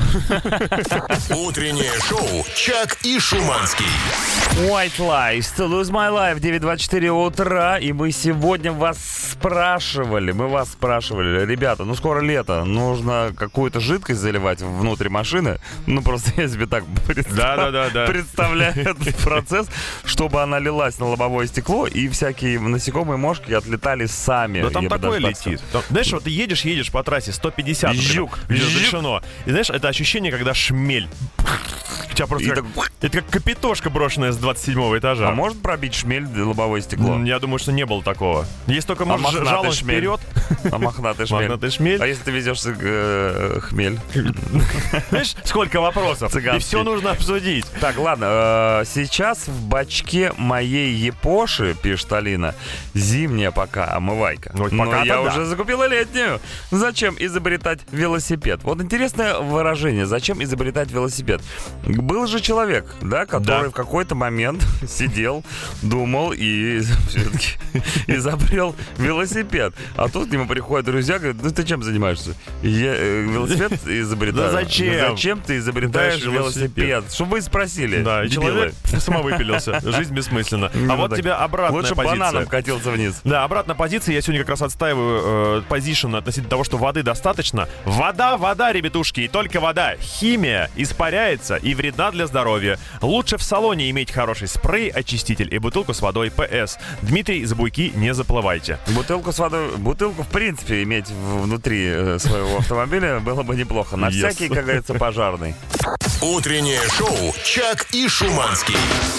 Утреннее шоу «Чак и Шуманский». White Lies, To Lose My Life, девять двадцать четыре утра, и мы сегодня вас спрашивали, мы вас спрашивали, ребята, ну скоро лето, нужно какую-то жидкость заливать внутрь машины, ну просто я себе так представ- Да-да-да-да. представляю этот процесс, чтобы она лилась на лобовое стекло, и всякие насекомые мошки отлетали сами. Да там я бы такое даже так летит. Там, знаешь, вот ты едешь, едешь по трассе сто пятьдесят, например, Жук, где жук. разрешено. И знаешь, это ощущение, когда шмель. У тебя просто И как, так- это как капитошка, брошенная с двадцать седьмого этажа. А может пробить шмель лобовое стекло? М, Я думаю, что не было такого. Есть только, может, мохнатый жалом шмель? вперед. А мохнатый шмель? Мохнатый шмель. А если ты везешь э, хмель? Знаешь, сколько вопросов. И Цыганский. все нужно обсудить. Так, ладно, э, сейчас в бачке моей Япоши, пишет Алина, зимняя пока омывайка. Ну, Но пока-то я да. уже закупила летнюю. Зачем изобретать велосипед? Вот интересное выражение. Зачем изобретать велосипед? Был же человек, да, который Да. в какой-то момент сидел, думал и все-таки изобрел велосипед. А тут к нему приходят друзья, говорят: ну ты чем занимаешься? Я э, велосипед изобретаю. Да зачем? «Да зачем ты изобретаешь Да, велосипед. велосипед? Чтобы вы спросили. Да, и дебилы. человек самовыпилился. Жизнь бессмысленна. А Ну, вот так. тебе обратная Лучше позиция. бананом катился вниз. Да, обратная позиция. Я сегодня как раз отстаиваю э, позишн относительно того, что воды достаточно. Вода, вода, ребятушки, и только вода. Химия испаряется и вредна для здоровья. Лучше в салоне иметь хороший спрей, очиститель и бутылку с водой П С. Дмитрий, за буйки не заплывайте. Бутылку с водой, бутылку в принципе, иметь внутри э, своего автомобиля было бы неплохо. На Yes. всякий, как говорится, пожарный. Утреннее шоу «Чак и Шуманский».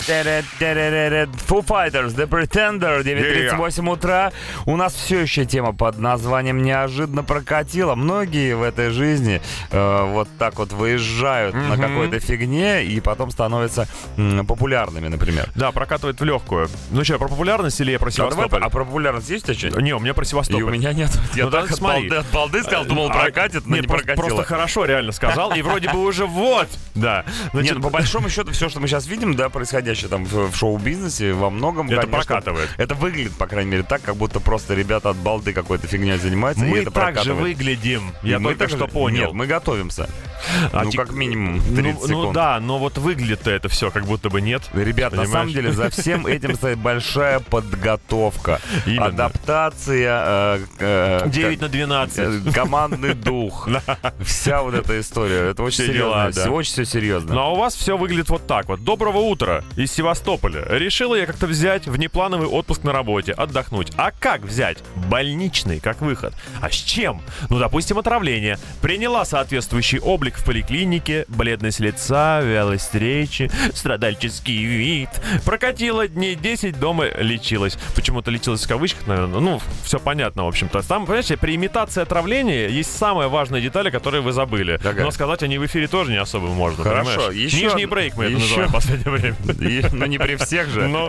Foo Fighters, The Pretender, девять тридцать восемь утра. У нас все еще тема под названием «Неожиданно прокатило». Многие в этой жизни э, вот так вот выезжают Мгм. на какой-то фигне и потом становятся м, популярными, например. Да, прокатывает в легкую. Ну что, про популярность или я про А, давай, Севастополь? а про популярность есть у тебя что-нибудь? Не, у меня про И Севастополь. у меня нет. Я Ну, так да, от смотри. балды, от балды сказал, думал, А, прокатит, но нет, не просто, прокатило. просто хорошо реально сказал, и вроде бы уже вот, да. Значит, Нет, ну, по большому счету, все, что мы сейчас видим, да, происходящее там в, в шоу-бизнесе, во многом, Это конечно, прокатывает. Это выглядит, по крайней мере, так, как будто просто ребята от балды какой-то фигней занимаются, и мы это так же прокатывает. выглядим. И Я мы только так же- что понял. Нет, мы готовимся. А ну, ти- как минимум Ну, тридцать ну секунд. да, но вот выглядит-то это все, как будто бы нет. Ребят, на Понимаешь? самом деле за всем этим стоит большая подготовка, Именно. адаптация, э, э, девять как- на двенадцать. э, командный дух, вся вот эта история. Это очень Все дела, серьезно, да. очень все серьезно. Ну а у вас все выглядит вот так вот. Доброго утра из Севастополя. Решила я как-то взять внеплановый отпуск на работе, отдохнуть. А как взять? Больничный, как выход. А с чем? Ну, допустим, отравление. Приняла соответствующий облик в поликлинике, бледность лица, вялость речи, страдальческий вид. Прокатила дней десять, дома лечилась. Почему-то лечилась в кавычках, наверное. Ну, все понятно, в общем-то. Там, понимаете, при имитации отравления есть самая важная деталь, о которой вы забыли. Какая? Но сказать о ней в эфире тоже не особо можно. Хорошо, понимаешь? еще Нижний од- брейк мы это еще- называем в последнее время. И- ну, не при всех же. Но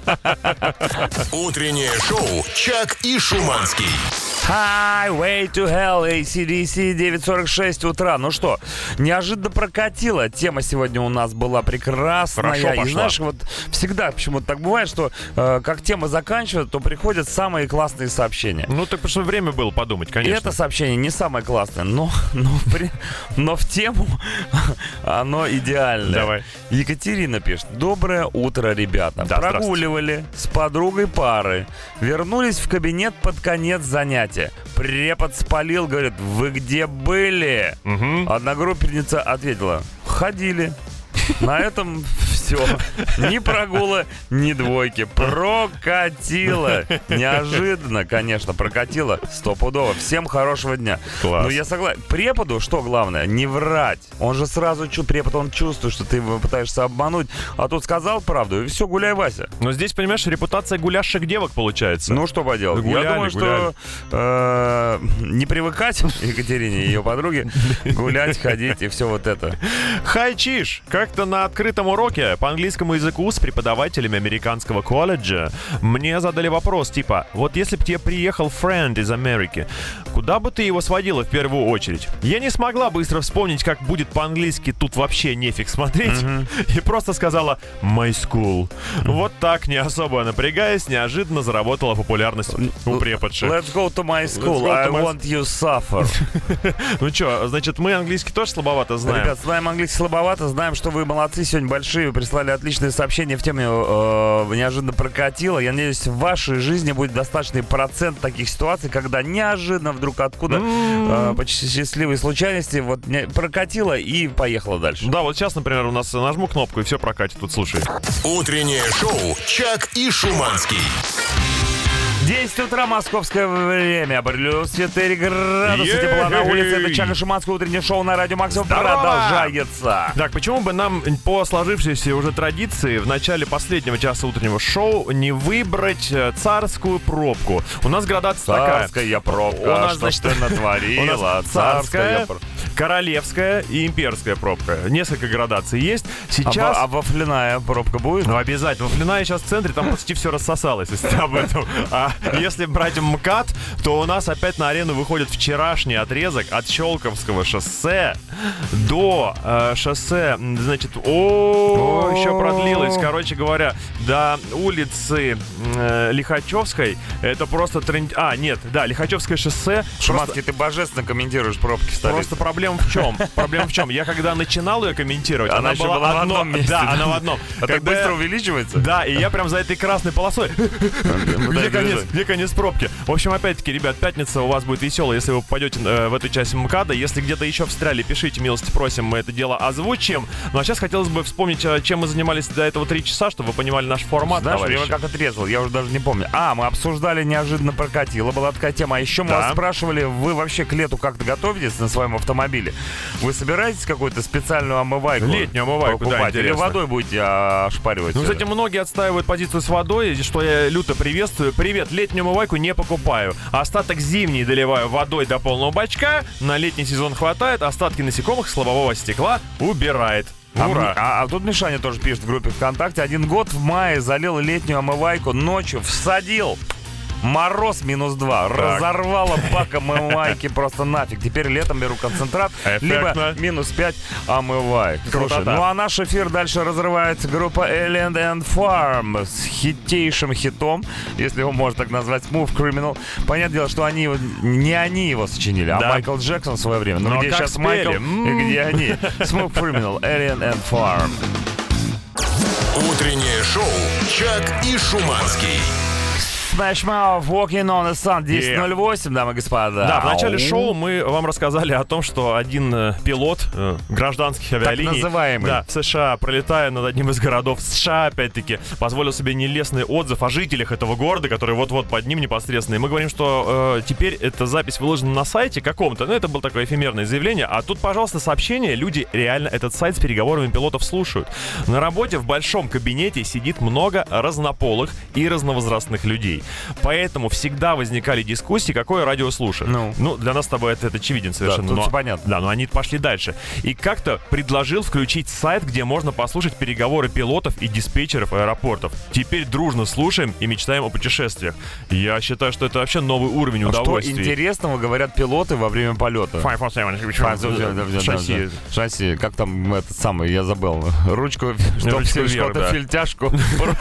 Утреннее шоу «Чак и Шуманский». Highway to Hell, эй си ди си, девять сорок шесть утра. Ну что, неожиданно прокатило. Тема сегодня у нас была прекрасная. Хорошо И пошла. знаешь, вот всегда почему-то так бывает, что э, как тема заканчивает, то приходят самые классные сообщения. Ну, так потому что время было подумать, И конечно. это сообщение не самое классное, но, но, при- но в тему оно идеальное. Давай. Екатерина пишет. Доброе утро, ребята. Да, Прогуливали с подругой пары. Вернулись в кабинет под конец занятия. Препод спалил, говорит, вы где были? Мгм. Одногруппница ответила, ходили. На этом все. Ни прогула, ни двойки. Прокатило. Неожиданно, конечно, прокатило. Стопудово. Всем хорошего дня. Класс. Ну, я согласен. Преподу что главное? Не врать. Он же сразу, чу- препод, он чувствует, что ты его пытаешься обмануть. А тут сказал правду, и все, гуляй, Вася. Но здесь, понимаешь, репутация гулящих девок получается. Ну, что поделать? Гуляли, Я думаю, что э, не привыкать Екатерине и ее подруге гулять, ходить и все вот это. Хай, Чиш! Как-то на открытом уроке по английскому языку с преподавателями американского колледжа мне задали вопрос, типа, вот если бы тебе приехал friend из Америки, куда бы ты его сводила в первую очередь? Я не смогла быстро вспомнить, как будет по-английски, тут вообще нефиг смотреть, и просто сказала «my school». Вот так, не особо напрягаясь, неожиданно заработала популярность у преподши. Let's go to my school. Let's go to I my- want you suffer. Ну что, значит, мы английский тоже слабовато знаем? Ребят, знаем английский слабовато, знаем, что вы молодцы сегодня большие, вы прислали отличные сообщения в теме э, неожиданно прокатило. Я надеюсь, в вашей жизни будет достаточный процент таких ситуаций, когда неожиданно вдруг откуда э, по счастливой случайности вот не- прокатило и поехало дальше. Да, вот сейчас, например, у нас нажму кнопку и все прокатит. Тут слушай. Утреннее шоу «Чак и Шуманский». десять утра, московское время. Плюс четыре градуса Ей! тепла на улице. Это Чак и Шуманское утреннее шоу на радио Максимум Здорово! продолжается. Так, почему бы нам по сложившейся уже традиции в начале последнего часа утреннего шоу не выбрать э, царскую пробку? У нас градация такая. Царская пробка, У нас, что значит, ж ты натворила? У нас Царская царская, пробка. королевская и имперская пробка. Несколько градаций есть. А, Сейчас... во- а вафляная пробка будет? Ну, обязательно. Вафляная сейчас в центре, там почти все рассосалось, если ты об этом. А если брать МКАД, то у нас опять на арену выходит вчерашний отрезок от Щелковского шоссе до э, шоссе, м, значит, о, еще продлилось, короче говоря, до улицы э, Лихачевской. Это просто тренд... А, нет, да, Лихачевское шоссе. Шуманский, ты божественно комментируешь пробки в столице. Просто проблема в чем? Проблема в чем? Я когда начинал ее комментировать, Она она, еще была, была в одно- одном месте, Да, да? она в одном. А так Когда быстро я- увеличивается? Да, и я прям за этой красной полосой. Где конец, где конец пробки? В общем, опять-таки, ребят, пятница у вас будет веселая, если вы попадете э, в эту часть МКАДа. Если где-то еще встряли, пишите, милости просим, мы это дело озвучим. Ну а сейчас хотелось бы вспомнить, э, чем мы занимались до этого три часа, чтобы вы понимали наш формат, Знаешь, товарищи. я его как отрезал, я уже даже не помню. А, мы обсуждали неожиданно прокатило, была такая тема. А еще мы Да. вас спрашивали, вы вообще к лету как-то готовитесь на своем автомобиле? Вы собираетесь какую-то специальную омывайку? Летнюю омывайку, да, покупать? Или интересно. водой будете а, ошпаривать? Ну, кстати, многие отстаивают позицию с водой, что я люто приветствую. Привет, летнюю омывайку не покупаю. Остаток зимней доливаю водой до полного бачка. На летний сезон хватает, остатки насекомых с лобового стекла убирает. А, Ура! м- а- а тут Мишаня тоже пишет в группе ВКонтакте. Один год в мае залил летнюю омывайку, ночью всадил. Мороз минус два. Разорвало бак омывайки просто нафиг. Теперь летом беру концентрат, Эффектно. либо минус пять омываек. Слушай, Крутота. ну а наш эфир дальше разрывает группа Island and Farm с хитейшим хитом, если его можно так назвать, Smooth Criminal. Понятное дело, что они его, не они его сочинили, а Да. Майкл Джексон в свое время. Ну Но где как сейчас спели? Майкл М. и где они? Smooth Criminal, Alien and Farm. Утреннее шоу «Чак и Шуманский». Smash Mouth, Walking on the Sun, десять ноль восемь, дамы и господа. Да, в начале Ау. шоу мы вам рассказали о том, что один э, пилот э, гражданских авиалиний, называемый. да, в США, пролетая над одним из городов США, опять-таки, позволил себе нелестный отзыв о жителях этого города, который вот-вот под ним непосредственно. И мы говорим, что э, теперь эта запись выложена на сайте каком-то, ну, это было такое эфемерное заявление, а тут, пожалуйста, сообщение, люди реально этот сайт с переговорами пилотов слушают. На работе в большом кабинете сидит много разнополых и разновозрастных людей. Поэтому всегда возникали дискуссии, какое радио слушать. Ну. Ну, для нас с тобой это, это очевиден совершенно. тут но, всё понятно. Да, но они пошли дальше. И как-то предложил включить сайт, где можно послушать переговоры пилотов и диспетчеров аэропортов. Теперь дружно слушаем и мечтаем о путешествиях. Я считаю, что это вообще новый уровень А что удовольствия. интересного говорят пилоты во время полета? Five, four, seven, Шасси. Шасси, как там этот самый, я забыл. Ручку, чтобы Ручку вверх, что-то да. фильтяшку,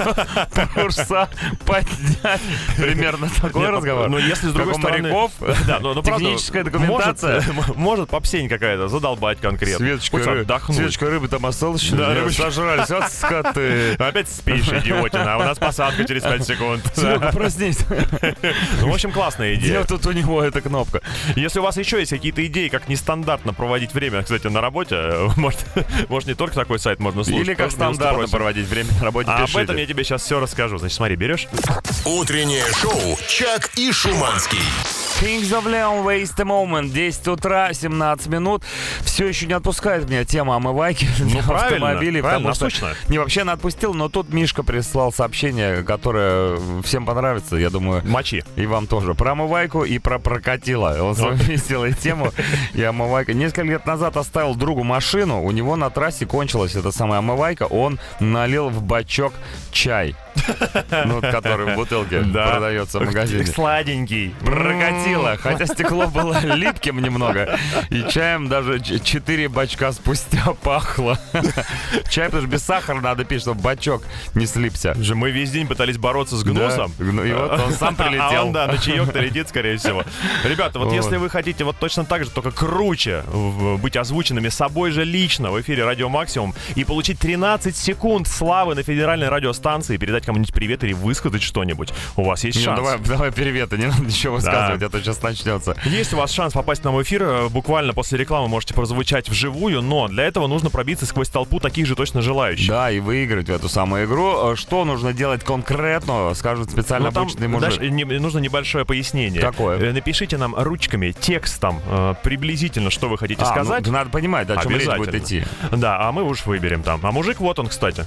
паруса поднять. Примерно такой Нет, разговор. Ну, если с другой Как у стороны... моряков, Да, но, но правда, техническая документация. Может, может попсень какая-то задолбать конкретно. Светочка, Пусть ры- отдохнуть. Светочка рыбы там осталось еще? Да, Нет, рыбочка. сожрались, вот скоты. Опять спишь, идиотина, а у нас посадка через пять секунд. Серега, проснись. Ну, в общем, классная идея. Где тут у него эта кнопка? Если у вас еще есть какие-то идеи, как нестандартно проводить время, кстати, на работе, э, может, может не только такой сайт можно слушать. Или как тоже милости стандартно просим. проводить время на работе, А об пишите. этом я тебе сейчас все расскажу. Значит, смотри, берешь? Утреннее шоу «Чак и Шуманский». Kings of Leon, Waste a Moment, десять утра, семнадцать минут. Все еще не отпускает меня тема омывайки для правильно, автомобилей. правильно, потому что- насущно. Не, вообще она отпустила, но тут Мишка прислал сообщение, которое всем понравится, я думаю, Мочи. и вам тоже. Про омывайку и про прокатило. Он совместил и тему, и омывайка. Несколько лет назад оставил другу машину, у него на трассе кончилась эта самая омывайка, он налил в бачок чай. Ну, который в бутылке Да. продается в магазине. Сладенький. Прокатило, хотя стекло было липким немного. И чаем даже ч- четыре бачка спустя пахло. Чай, потому что без сахара надо пить, чтобы бачок не слипся. Же мы весь день пытались бороться с гнусом. Да. Ну, и вот он сам А прилетел. он, да, на чаек-то летит, скорее всего. Ребята, вот Вот. если вы хотите вот точно так же, только круче, в- быть озвученными собой же лично в эфире Радио Максимум и получить тринадцать секунд славы на федеральной радиостанции, передать кому-нибудь привет или высказать что-нибудь, у вас есть Не, ну шанс. давай, давай приветы, не надо ничего высказывать, это сейчас начнется. Есть у вас шанс попасть к нам в эфир, э, буквально после рекламы можете прозвучать вживую, но для этого нужно пробиться сквозь толпу таких же точно желающих. Да, и выиграть в эту самую игру. Что нужно делать конкретно, скажет специально Ну, там, обученный мужик. знаешь, не- нужно небольшое пояснение. Какое? Э, Напишите нам ручками, текстом, э, приблизительно, что вы хотите А, сказать. ну, надо понимать, о чем речь Обязательно. будет идти. Да, а мы уж выберем там. А мужик, вот он, кстати.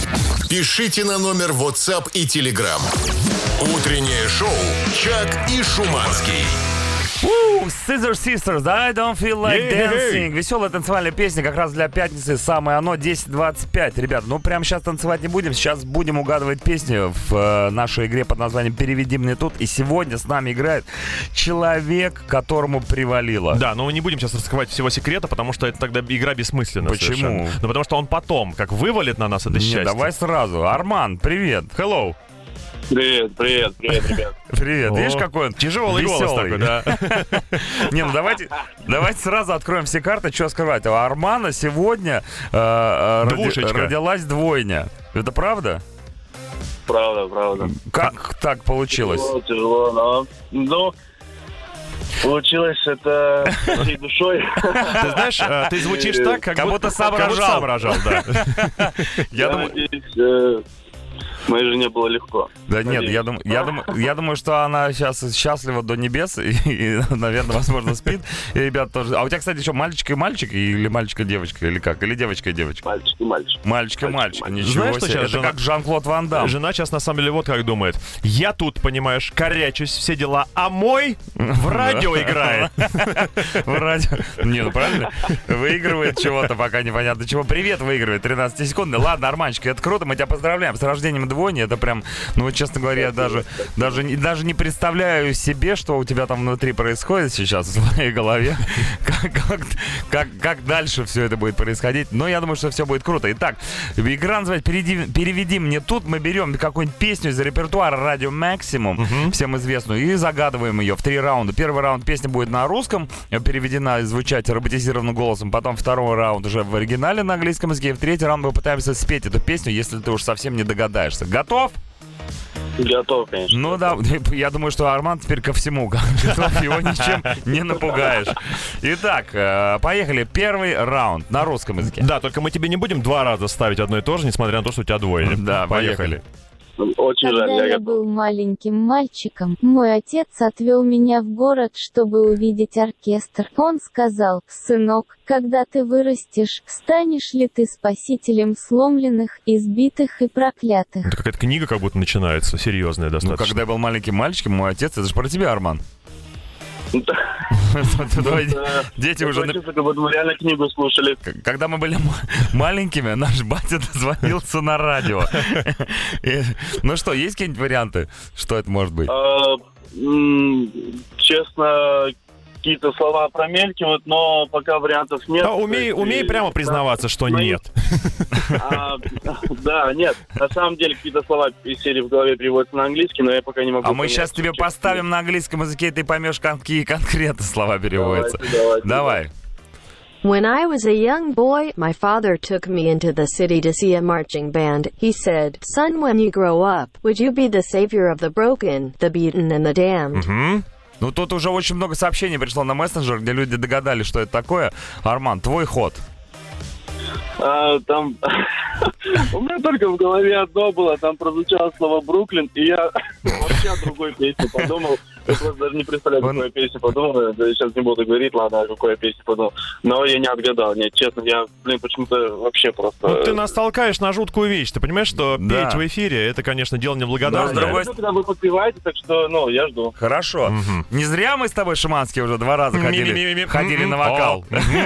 Пишите на номер WhatsApp и Telegram. Утреннее шоу «Чак и Шуманский». Woo! Scissor Sisters, I don't feel like Ей-ей-ей. dancing. Веселая танцевальная песня как раз для пятницы. Самое оно, десять двадцать пять. Ребят, ну прямо сейчас танцевать не будем. Сейчас будем угадывать песню в э, нашей игре под названием «Переведи мне тут». И сегодня с нами играет человек, которому привалило. Да, но мы не будем сейчас раскрывать всего секрета, потому что это тогда игра бессмысленна. Почему? совершенно. Ну, потому что он потом, как вывалит на нас это Не, счастье. давай сразу. Арман, привет. Hello. Привет, привет, привет, ребят. Привет. О, Видишь, какой он тяжелый голос веселый. такой, да. Не, ну давайте, давайте сразу откроем все карты, что скрывать. У Армана сегодня э, э, роди- Двушечка. родилась двойня. Это правда? Правда, правда. Как так получилось? Тяжело, тяжело, но... Ну, Получилось это всей душой. Ты знаешь, э, ты звучишь так, как, Как будто сам как будто рожал. сам рожал, да. Я Я думаю... надеюсь, э, моей жене было легко. Да нет, Надеюсь. я думаю, я думаю, я думаю, что она сейчас счастлива до небес и, и, наверное, возможно, спит. И ребят тоже. А у тебя, кстати, что, мальчик и мальчик или мальчика и девочка или как? Или девочка и девочка? Мальчик и мальчик. Мальчик и мальчик. Ничего Знаешь, что себе. сейчас Это жена- как Жан-Клод Ван Дам. Жена сейчас на самом деле вот как думает. Я тут, понимаешь, корячусь, все дела, а мой в радио играет. В радио. Не, ну правильно. Выигрывает чего-то, пока непонятно чего. Привет выигрывает, тринадцать секунд. Ладно, Арманчик, это круто, мы тебя поздравляем с рождением двойни. Это прям, ну вот, честно говоря, я даже, даже, не- даже не представляю себе, что у тебя там внутри происходит сейчас в своей голове. Как, как, как, как дальше все это будет происходить. Но я думаю, что все будет круто. Итак, игра называется «Переведи, переведи мне тут». Мы берем какую-нибудь песню из репертуара «Радио Максимум», всем известную, и загадываем ее в три раунда. Первый раунд песня будет на русском, переведена и звучать роботизированным голосом. Потом второй раунд уже в оригинале на английском языке. И в третий раунд мы пытаемся спеть эту песню, если ты уж совсем не догадаешься. Готов? Готов, конечно. Ну да, я думаю, что Арман теперь ко всему готов, его ничем не напугаешь. Итак, э, поехали. Первый раунд на русском языке. Да, только мы тебе не будем два раза ставить одно и то же, несмотря на то, что у тебя двойня. Да, поехали. Очень жаль, Когда я я готов. был маленьким мальчиком, мой отец отвел меня в город, чтобы увидеть оркестр. Он сказал: «Сынок, когда ты вырастешь, станешь ли ты спасителем сломленных, избитых и проклятых?» Это какая-то книга как будто начинается, серьезная Ну, достаточно. когда я был маленьким мальчиком, мой отец, это же про тебя, Арман. Да, Давай, Дети уже... Очень, как будто мы реально книгу слушали. К- Когда мы были м- маленькими, наш батя дозвонился на радио. И- Ну что, есть какие-нибудь варианты? Что это может быть? А, м, Честно, какие-то слова промелькивают, но пока вариантов нет. Да, умей, То есть, умей и- прямо признаваться, что Ну, нет. А, Да, нет. На самом деле какие-то слова из серии в голове переводятся на английский, но я пока не могу. А мы понять, сейчас тебе что- поставим на английском языке, и ты поймешь, какие конкретно слова переводятся. Давайте, давайте, Давай. When I was a young boy, my father took me into the city to see a marching band. He said, "Son, when you grow up, would you be the savior of the broken, the beaten, and the damned?" Ну, тут уже очень много сообщений пришло на мессенджер, где люди догадались, что это такое. Арман, твой ход. А, там у меня только в голове одно было, там прозвучало слово Бруклин, и я вообще о другой песне подумал. Я просто даже не представляю, Он- какую песню подумал. Я сейчас не буду говорить, ладно, о какой я песне подумал. Но я не отгадал. Нет, честно, я, блин, почему-то вообще просто... Ну, ты нас толкаешь на жуткую вещь. Ты понимаешь, что Да. петь в эфире — это, конечно, дело Но с неблагодарное. другой Я жду, когда вы подпеваете, так что, ну, я жду. Хорошо. Не зря мы с тобой, Шиманский, уже два раза ходили, Ми-ми-ми-ми. ходили на вокал.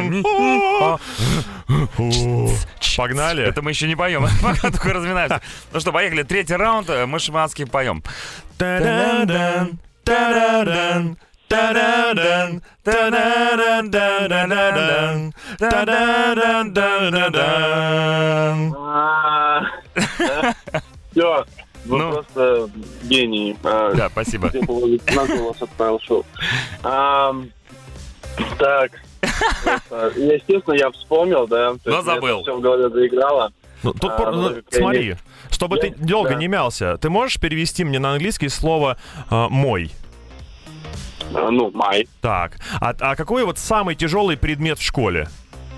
О, Погнали. Это мы еще не поем, пока только разминаемся. Ну что, поехали. Третий раунд. Мы Шиманский поем. Та-да-дан, та-да-дан, та-да-дан, та-да-дан, та-да-дан, та-да-дан, та-да-дан. Все, вы Ну. просто гений. А, Да, спасибо. где было лейтенант, у вас отправил шоу. Ам, Так, просто, естественно, я вспомнил, да. то Но есть мне забыл. это всё в голове заиграло. Ну, тут, А, пор- ну, ну, так я смотри, не- чтобы ты Я- долго да. не мялся, ты можешь перевести мне на английский слово а, «мой»? А, Ну, май. Так, а, а какой вот самый тяжелый предмет в школе?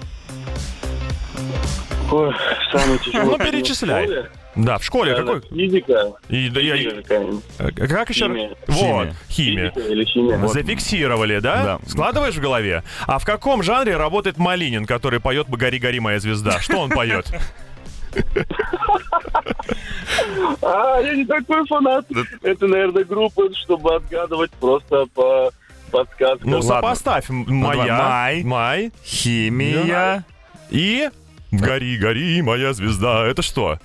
Ой, самый тяжелый. Ну, предмет в перечисляй. школе. Да, в школе какой? Наверное, Физика. И, да, я- Физика. э, как еще? Химия. Вот, химия. Физика или химия. Вот. Зафиксировали, да? Да. Складываешь в голове? А в каком жанре работает Малинин, который поет «Гори, гори, моя звезда»? Что он поет? А, я не такой фанат. Это, наверное, группа, чтобы отгадывать просто по подсказкам. Ну, ладно. сопоставь. М- Моя. давай. Май. Май. Химия. И «Гори, гори, моя звезда». Это что?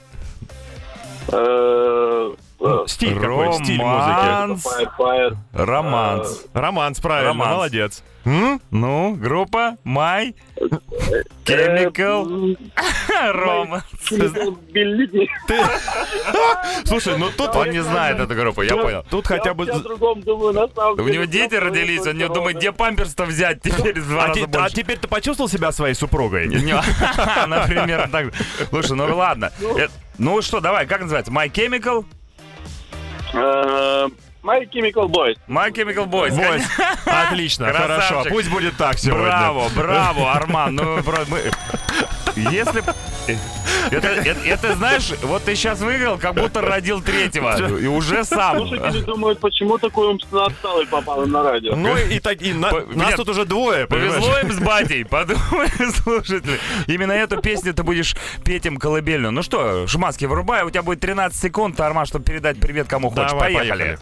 Э, э, Стиль какой? Стиль музыки. Романс. Fire, Fire. Романс. Романс, правильно, Романс. молодец. М? Ну, группа Май. Chemical. Романс. Билли. Слушай, ну тут... Он не знает эту группу, я понял. Тут хотя бы... Я о другом думаю, на самом У деле. него дети родились, он не думает, где памперс-то взять теперь в два А, раза те- а больше. теперь ты почувствовал себя своей супругой? Не, например, так. Слушай, ну ладно. Э, Ну что, давай, как называется? My Chemical? Э, My Chemical Boys. My Chemical Boys. Boys. Отлично, Красавчик. хорошо. Пусть будет так сегодня. Браво, браво, Арман. Ну, бро- мы- если... б- Это, это, это, знаешь, вот ты сейчас выиграл, как будто родил третьего. И уже сам. Слушатели думают, почему такой умственно отсталый попал на радио. Ну и так и на- По- нас нет, тут уже двое, Повезло понимаешь? им с батей, подумай, слушатели. Именно эту песню ты будешь петь им колыбельную. Ну что, Шуманский, вырубай, у тебя будет тринадцать секунд, Арман, чтобы передать привет кому хочешь. Давай, Поехали. поехали.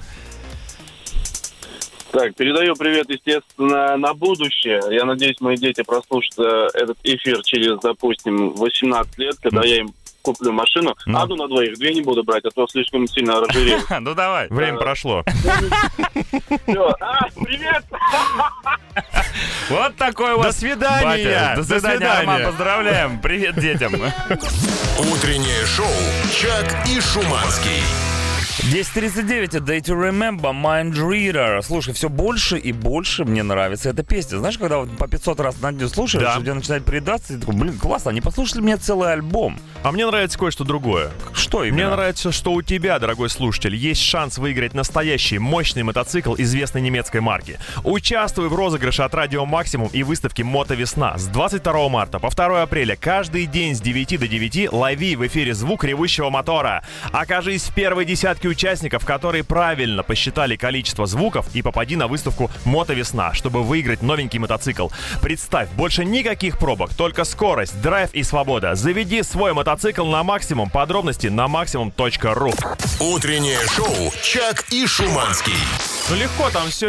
Так, передаю привет, естественно, на будущее. Я надеюсь, мои дети прослушают э, этот эфир через, допустим, восемнадцать лет, когда я им куплю машину. Ну. Одну на двоих, две не буду брать, а то слишком сильно разжирею. Ну давай. Время прошло. Всё. А, привет! Вот такой вот. До свидания. батя. До До свидания, свидания. Арман, поздравляем. Привет детям. Утреннее шоу «Чак и Шуманский». десять тридцать девять, A Day to Remember, Mind Reader. Слушай, все больше и больше мне нравится эта песня. Знаешь, когда вот по пятьсот раз на дню слушаешь, Да. у тебя начинает передаться, и ты такой, блин, классно, они послушали мне целый альбом. А мне нравится кое-что другое. Что именно? Мне нравится, что у тебя, дорогой слушатель, есть шанс выиграть настоящий мощный мотоцикл известной немецкой марки. Участвуй в розыгрыше от Радио Максимум и выставке «Мотовесна» с двадцать второго марта по второго апреля. Каждый день с девяти до девяти лови в эфире звук ревущего мотора. Окажись в первой десятке участников, которые правильно посчитали количество звуков, и попади на выставку «Мотовесна», чтобы выиграть новенький мотоцикл. Представь, больше никаких пробок, только скорость, драйв и свобода. Заведи свой мотоцикл на максимум. Подробности на максимум точка ру. Утреннее шоу «Чак и Шуманский». Ну легко там все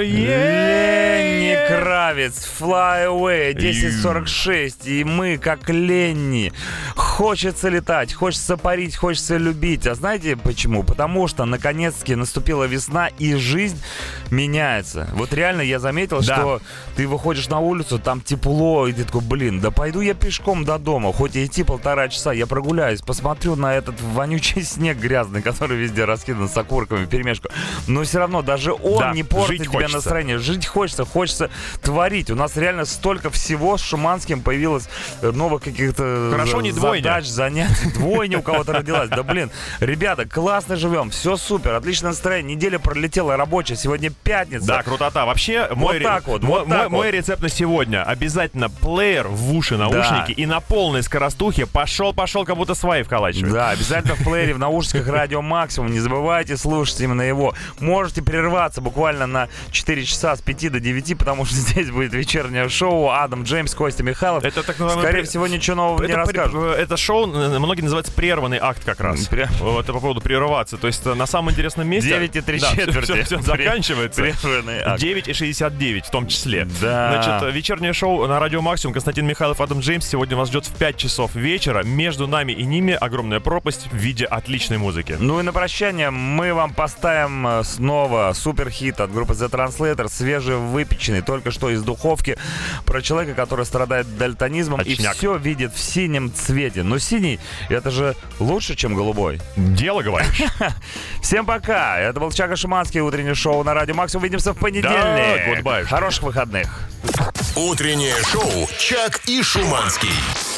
Ленни есть. Кравец, Fly Away, десять сорок шесть. И мы, как Ленни, хочется летать, хочется парить, хочется любить. А знаете почему? Потому что, наконец-таки, наступила весна, и жизнь меняется. Вот реально я заметил, Да. что ты выходишь на улицу, там тепло, и ты такой, блин, да пойду я пешком до дома. Хоть и идти полтора часа, я прогуляюсь, посмотрю на этот вонючий снег грязный, который везде раскидан с окурками, вперемешку. Но все равно, даже он Да, не портит жить тебе хочется. настроение. Жить хочется, хочется творить. У нас реально столько всего с Шуманским появилось, э, новых каких-то Хорошо, э, не двойня. задач, занятий. Двойня у кого-то родилась. Да блин, ребята, классно живем, все супер, отличное настроение. Неделя пролетела рабочая, сегодня пятница. Да, крутота. Вообще, мой, ре- так вот, мой, вот мой- так мой вот. рецепт на сегодня. Обязательно плеер в уши, наушники, и на полной скоростухе пошел-пошел, как будто свои вколачивает. Да, обязательно в плеере, в наушниках Радио Максимум. Не забывайте слушать именно его. Можете прерваться буквально на четыре часа с пяти до девяти, потому что здесь будет вечернее шоу. Адам Джеймс, Костя Михайлов. Это так называемый Скорее пре- всего, ничего нового не Это, при- расскажут. это шоу, э, многие называют прерванный акт как раз. Пре- Вот, это по поводу прерываться. То есть э, на самом интересном месте... девять и три Да, всё- четверти. всё- всё Пре- заканчивается. прерванный акт. девять и шестьдесят девять в том числе. Да. Значит, вечернее шоу на Радио Максимум. Константин Михайлов, Адам Джеймс. Сегодня вас ждет в пять часов вечера. Между нами и ними огромная пропасть в виде отличной музыки. Ну и на прощание мы вам поставим э, снова суперхит от группы The Translator, свежевыпеченный, только что из духовки, про человека, который страдает дальтонизмом Точняк. и все видит в синем цвете. Но синий — это же лучше, чем голубой. Дело, говоришь? Всем пока! Это был Чак и Шуманский, утреннее шоу на Радио Максимум. Увидимся в понедельник. Да, goodbye. Хороших выходных. Утреннее шоу «Чак и Шуманский».